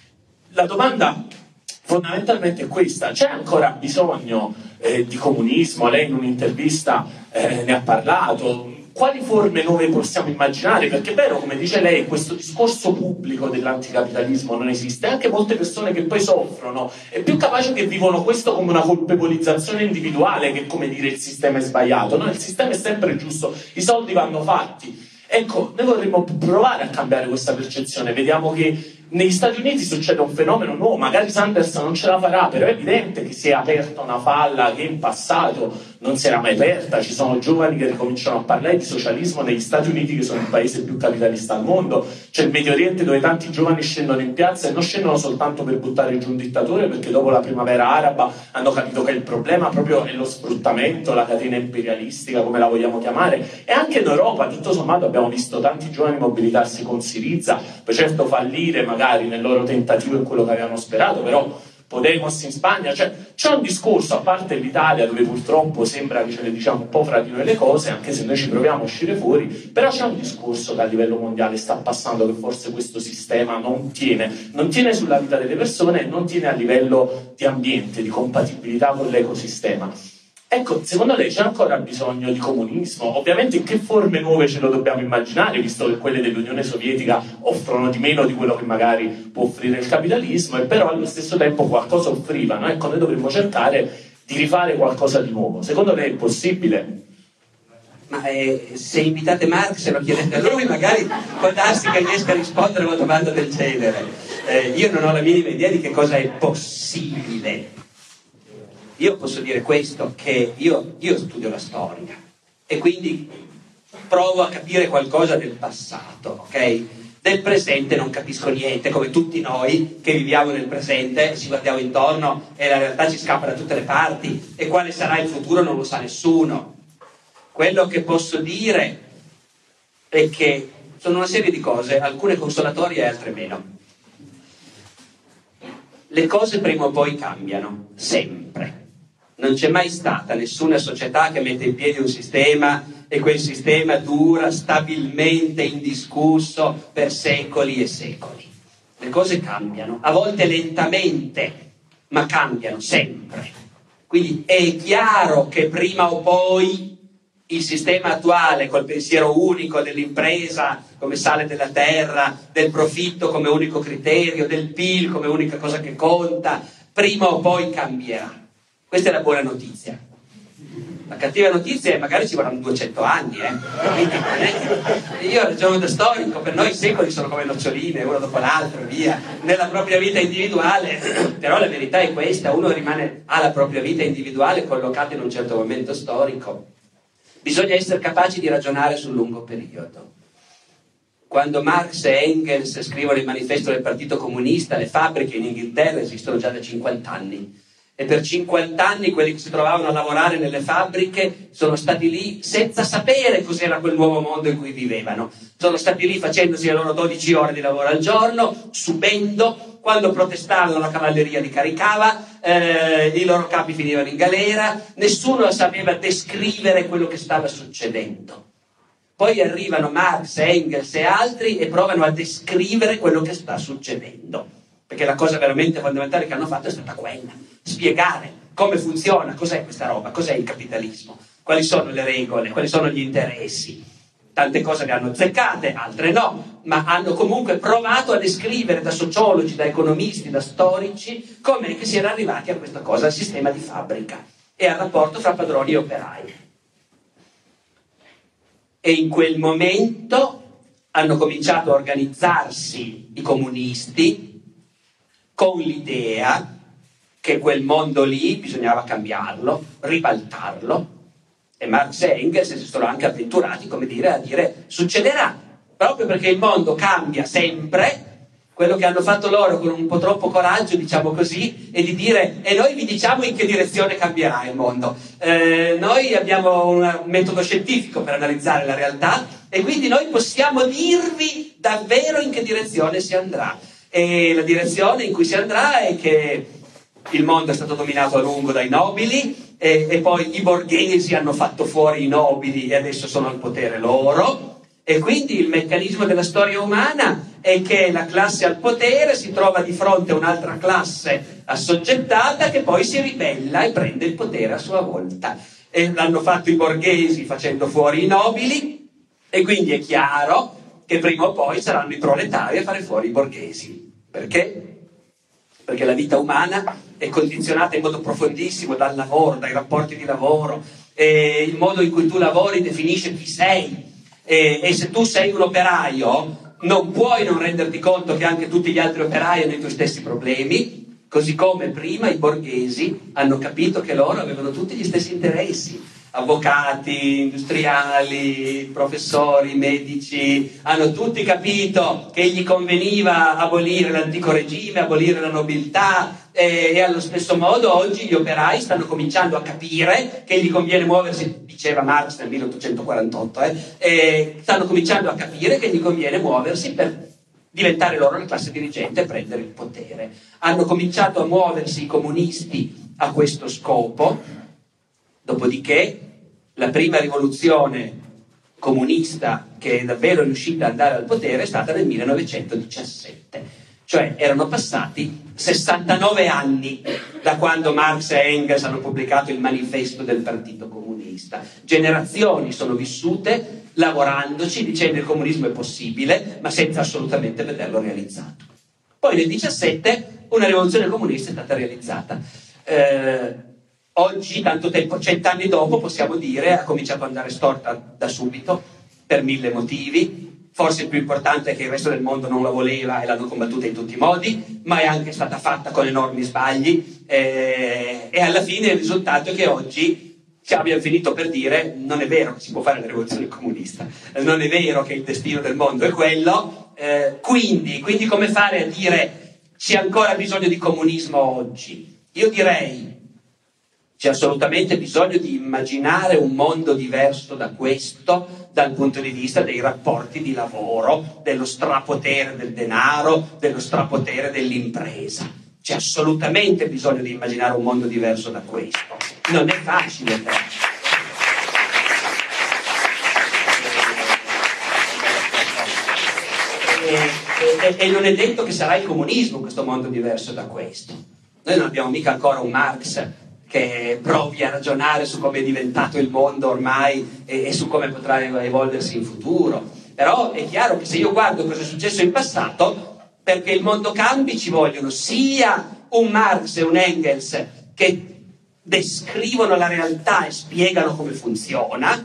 B: la domanda fondamentalmente è questa: c'è ancora bisogno di comunismo? Lei in un'intervista ne ha parlato. Quali forme nuove possiamo immaginare? Perché è vero, come dice lei, questo discorso pubblico dell'anticapitalismo non esiste. Anche molte persone che poi soffrono, è più capace che vivono questo come una colpevolizzazione individuale che come dire il sistema è sbagliato. No, il sistema è sempre giusto, i soldi vanno fatti. Ecco, noi vorremmo provare a cambiare questa percezione. Vediamo che negli Stati Uniti succede un fenomeno nuovo, magari Sanders non ce la farà, però è evidente che si è aperta una falla che in passato non si era mai aperta. Ci sono giovani che ricominciano a parlare di socialismo negli Stati Uniti, che sono il paese più capitalista al mondo. C'è il Medio Oriente, dove tanti giovani scendono in piazza e non scendono soltanto per buttare giù un dittatore, perché dopo la primavera araba hanno capito che il problema proprio è lo sfruttamento, la catena imperialistica, come la vogliamo chiamare. E anche in Europa, tutto sommato, abbiamo visto tanti giovani mobilitarsi con Syriza, poi certo fallire magari nel loro tentativo in quello che avevano sperato, però Podemos in Spagna, cioè c'è un discorso, a parte l'Italia dove purtroppo sembra che ce ne diciamo un po' fra di noi le cose, anche se noi ci proviamo a uscire fuori, però c'è un discorso che a livello mondiale sta passando, che forse questo sistema non tiene sulla vita delle persone e non tiene a livello di ambiente, di compatibilità con l'ecosistema. Ecco, secondo lei c'è ancora bisogno di comunismo? Ovviamente in che forme nuove ce lo dobbiamo immaginare, visto che quelle dell'Unione Sovietica offrono di meno di quello che magari può offrire il capitalismo, e però allo stesso tempo qualcosa offrivano. Ecco, noi dovremmo cercare di rifare qualcosa di nuovo. Secondo lei è possibile?
C: Ma se invitate Marx e lo chiedete a lui, magari può darsi che riesca a rispondere a una domanda del genere. Io non ho la minima idea di che cosa è possibile. Io posso dire questo, che io studio la storia e quindi provo a capire qualcosa del passato, ok? Del presente non capisco niente, come tutti noi che viviamo nel presente, ci guardiamo intorno e la realtà ci scappa da tutte le parti, e quale sarà il futuro non lo sa nessuno. Quello che posso dire è che sono una serie di cose, alcune consolatorie e altre meno. Le cose prima o poi cambiano, sempre. Non c'è mai stata nessuna società che mette in piedi un sistema e quel sistema dura stabilmente, indiscusso, per secoli e secoli. Le cose cambiano, a volte lentamente, ma cambiano sempre. Quindi è chiaro che prima o poi il sistema attuale, col pensiero unico dell'impresa come sale della terra, del profitto come unico criterio, del PIL come unica cosa che conta, prima o poi cambierà. Questa è la buona notizia. La cattiva notizia è magari ci vorranno 200 anni, Quindi, io ragiono da storico, per noi i secoli sono come noccioline, uno dopo l'altro, via, nella propria vita individuale, però la verità è questa, uno ha la propria vita individuale collocata in un certo momento storico. Bisogna essere capaci di ragionare sul lungo periodo. Quando Marx e Engels scrivono il manifesto del Partito Comunista, le fabbriche in Inghilterra esistono già da 50 anni. E per 50 anni quelli che si trovavano a lavorare nelle fabbriche sono stati lì senza sapere cos'era quel nuovo mondo in cui vivevano. Sono stati lì facendosi le loro 12 ore di lavoro al giorno, subendo. Quando protestavano la cavalleria li caricava, i loro capi finivano in galera, nessuno sapeva descrivere quello che stava succedendo. Poi arrivano Marx, Engels e altri e provano a descrivere quello che sta succedendo. Perché la cosa veramente fondamentale che hanno fatto è stata quella: spiegare come funziona, cos'è questa roba, cos'è il capitalismo, quali sono le regole, quali sono gli interessi. Tante cose le hanno azzeccate, altre no, ma hanno comunque provato a descrivere da sociologi, da economisti, da storici com'è che si era arrivati a questa cosa, al sistema di fabbrica e al rapporto fra padroni e operai. E in quel momento hanno cominciato a organizzarsi i comunisti con l'idea che quel mondo lì bisognava cambiarlo, ribaltarlo, e Marx e Engels si sono anche avventurati, come dire, a dire succederà, proprio perché il mondo cambia sempre. Quello che hanno fatto loro con un po' troppo coraggio, diciamo così, è di dire: e noi vi diciamo in che direzione cambierà il mondo. Noi abbiamo un metodo scientifico per analizzare la realtà e quindi noi possiamo dirvi davvero in che direzione si andrà. E la direzione in cui si andrà è che il mondo è stato dominato a lungo dai nobili e poi i borghesi hanno fatto fuori i nobili e adesso sono al potere loro. E quindi il meccanismo della storia umana è che la classe al potere si trova di fronte a un'altra classe assoggettata che poi si ribella e prende il potere a sua volta. E l'hanno fatto i borghesi facendo fuori i nobili, e quindi è chiaro che prima o poi saranno i proletari a fare fuori i borghesi. Perché? Perché la vita umana è condizionata in modo profondissimo dal lavoro, dai rapporti di lavoro, e il modo in cui tu lavori definisce chi sei. E se tu sei un operaio non puoi non renderti conto che anche tutti gli altri operai hanno i tuoi stessi problemi, così come prima i borghesi hanno capito che loro avevano tutti gli stessi interessi. Avvocati, industriali, professori, medici, hanno tutti capito che gli conveniva abolire l'antico regime, abolire la nobiltà, e allo stesso modo oggi gli operai stanno cominciando a capire che gli conviene muoversi, diceva Marx nel 1848, stanno cominciando a capire che gli conviene muoversi per diventare loro la classe dirigente e prendere il potere. Hanno cominciato a muoversi i comunisti a questo scopo, dopodiché la prima rivoluzione comunista che è davvero riuscita ad andare al potere è stata nel 1917. Cioè erano passati 69 anni da quando Marx e Engels hanno pubblicato il manifesto del Partito Comunista. Generazioni sono vissute lavorandoci, dicendo il comunismo è possibile, ma senza assolutamente vederlo realizzato. Poi nel 17 una rivoluzione comunista è stata realizzata. Oggi, tanto tempo, 100 anni dopo, possiamo dire ha cominciato ad andare storta da subito, per 1000 motivi. Forse il più importante è che il resto del mondo non la voleva e l'hanno combattuta in tutti i modi, ma è anche stata fatta con enormi sbagli e alla fine il risultato è che oggi abbiamo finito per dire non è vero che si può fare la rivoluzione comunista, non è vero che il destino del mondo è quello, quindi come fare a dire c'è ancora bisogno di comunismo oggi? Io direi c'è assolutamente bisogno di immaginare un mondo diverso da questo dal punto di vista dei rapporti di lavoro, dello strapotere del denaro, dello strapotere dell'impresa. C'è assolutamente bisogno di immaginare un mondo diverso da questo. Non è facile però. E non è detto che sarà il comunismo questo mondo diverso da questo. Noi non abbiamo mica ancora un Marx che provi a ragionare su come è diventato il mondo ormai e su come potrà evolversi in futuro. Però è chiaro che se io guardo cosa è successo in passato, perché il mondo cambi ci vogliono sia un Marx e un Engels che descrivono la realtà e spiegano come funziona,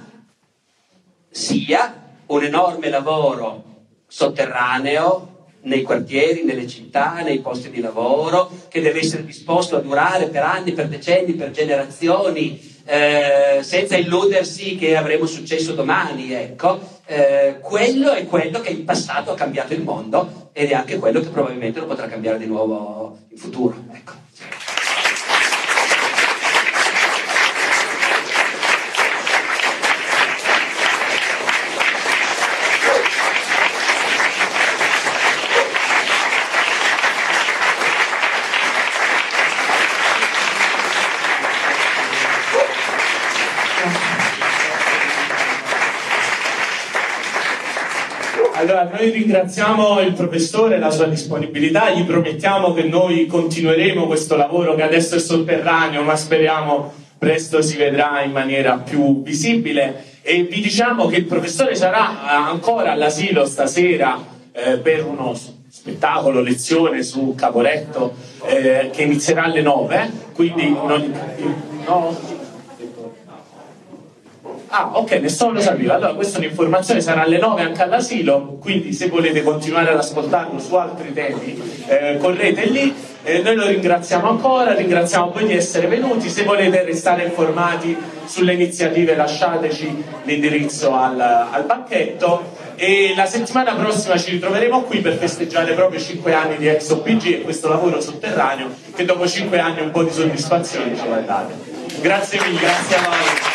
C: sia un enorme lavoro sotterraneo nei quartieri, nelle città, nei posti di lavoro, che deve essere disposto a durare per anni, per decenni, per generazioni, senza illudersi che avremo successo domani, ecco. Quello è quello che in passato ha cambiato il mondo ed è anche quello che probabilmente lo potrà cambiare di nuovo in futuro, ecco.
B: Allora, noi ringraziamo il professore e la sua disponibilità, gli promettiamo che noi continueremo questo lavoro che adesso è sotterraneo, ma speriamo presto si vedrà in maniera più visibile, e vi diciamo che il professore sarà ancora all'asilo stasera per uno spettacolo, lezione su Caporetto che inizierà alle 9, quindi no? Ah, ok, nessuno lo sapeva. Allora questa è un'informazione, sarà alle 9 anche all'asilo, quindi se volete continuare ad ascoltarlo su altri temi correte lì. Noi lo ringraziamo ancora, ringraziamo voi di essere venuti. Se volete restare informati sulle iniziative lasciateci l'indirizzo al banchetto, e la settimana prossima ci ritroveremo qui per festeggiare proprio 5 anni di ex OPG e questo lavoro sotterraneo che dopo 5 anni un po' di soddisfazione ce l'ha dato. Grazie mille, grazie a voi.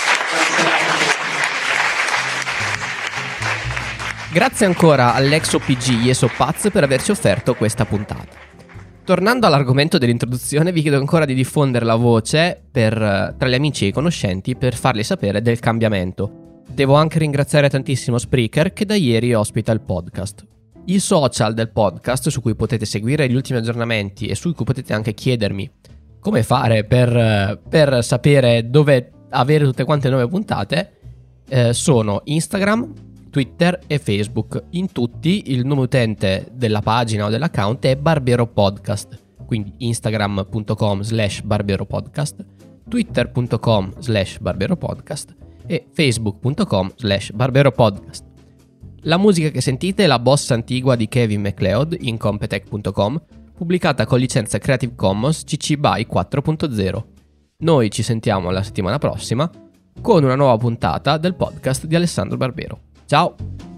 A: Grazie ancora all'ex OPG Yeso Paz per averci offerto questa puntata. Tornando all'argomento dell'introduzione, vi chiedo ancora di diffondere la voce tra gli amici e i conoscenti per farli sapere del cambiamento. Devo anche ringraziare tantissimo Spreaker che da ieri ospita il podcast. I social del podcast su cui potete seguire gli ultimi aggiornamenti e su cui potete anche chiedermi come fare per sapere dove avere tutte quante nuove puntate sono Instagram, Twitter e Facebook. In tutti il nome utente della pagina o dell'account è Barbero Podcast, quindi instagram.com/barberopodcast, twitter.com/barberopodcast e facebook.com/barberopodcast. La musica che sentite è la Bossa Antigua di Kevin MacLeod in Competech.com, pubblicata con licenza Creative Commons CC BY 4.0. Noi ci sentiamo la settimana prossima con una nuova puntata del podcast di Alessandro Barbero. Ciao!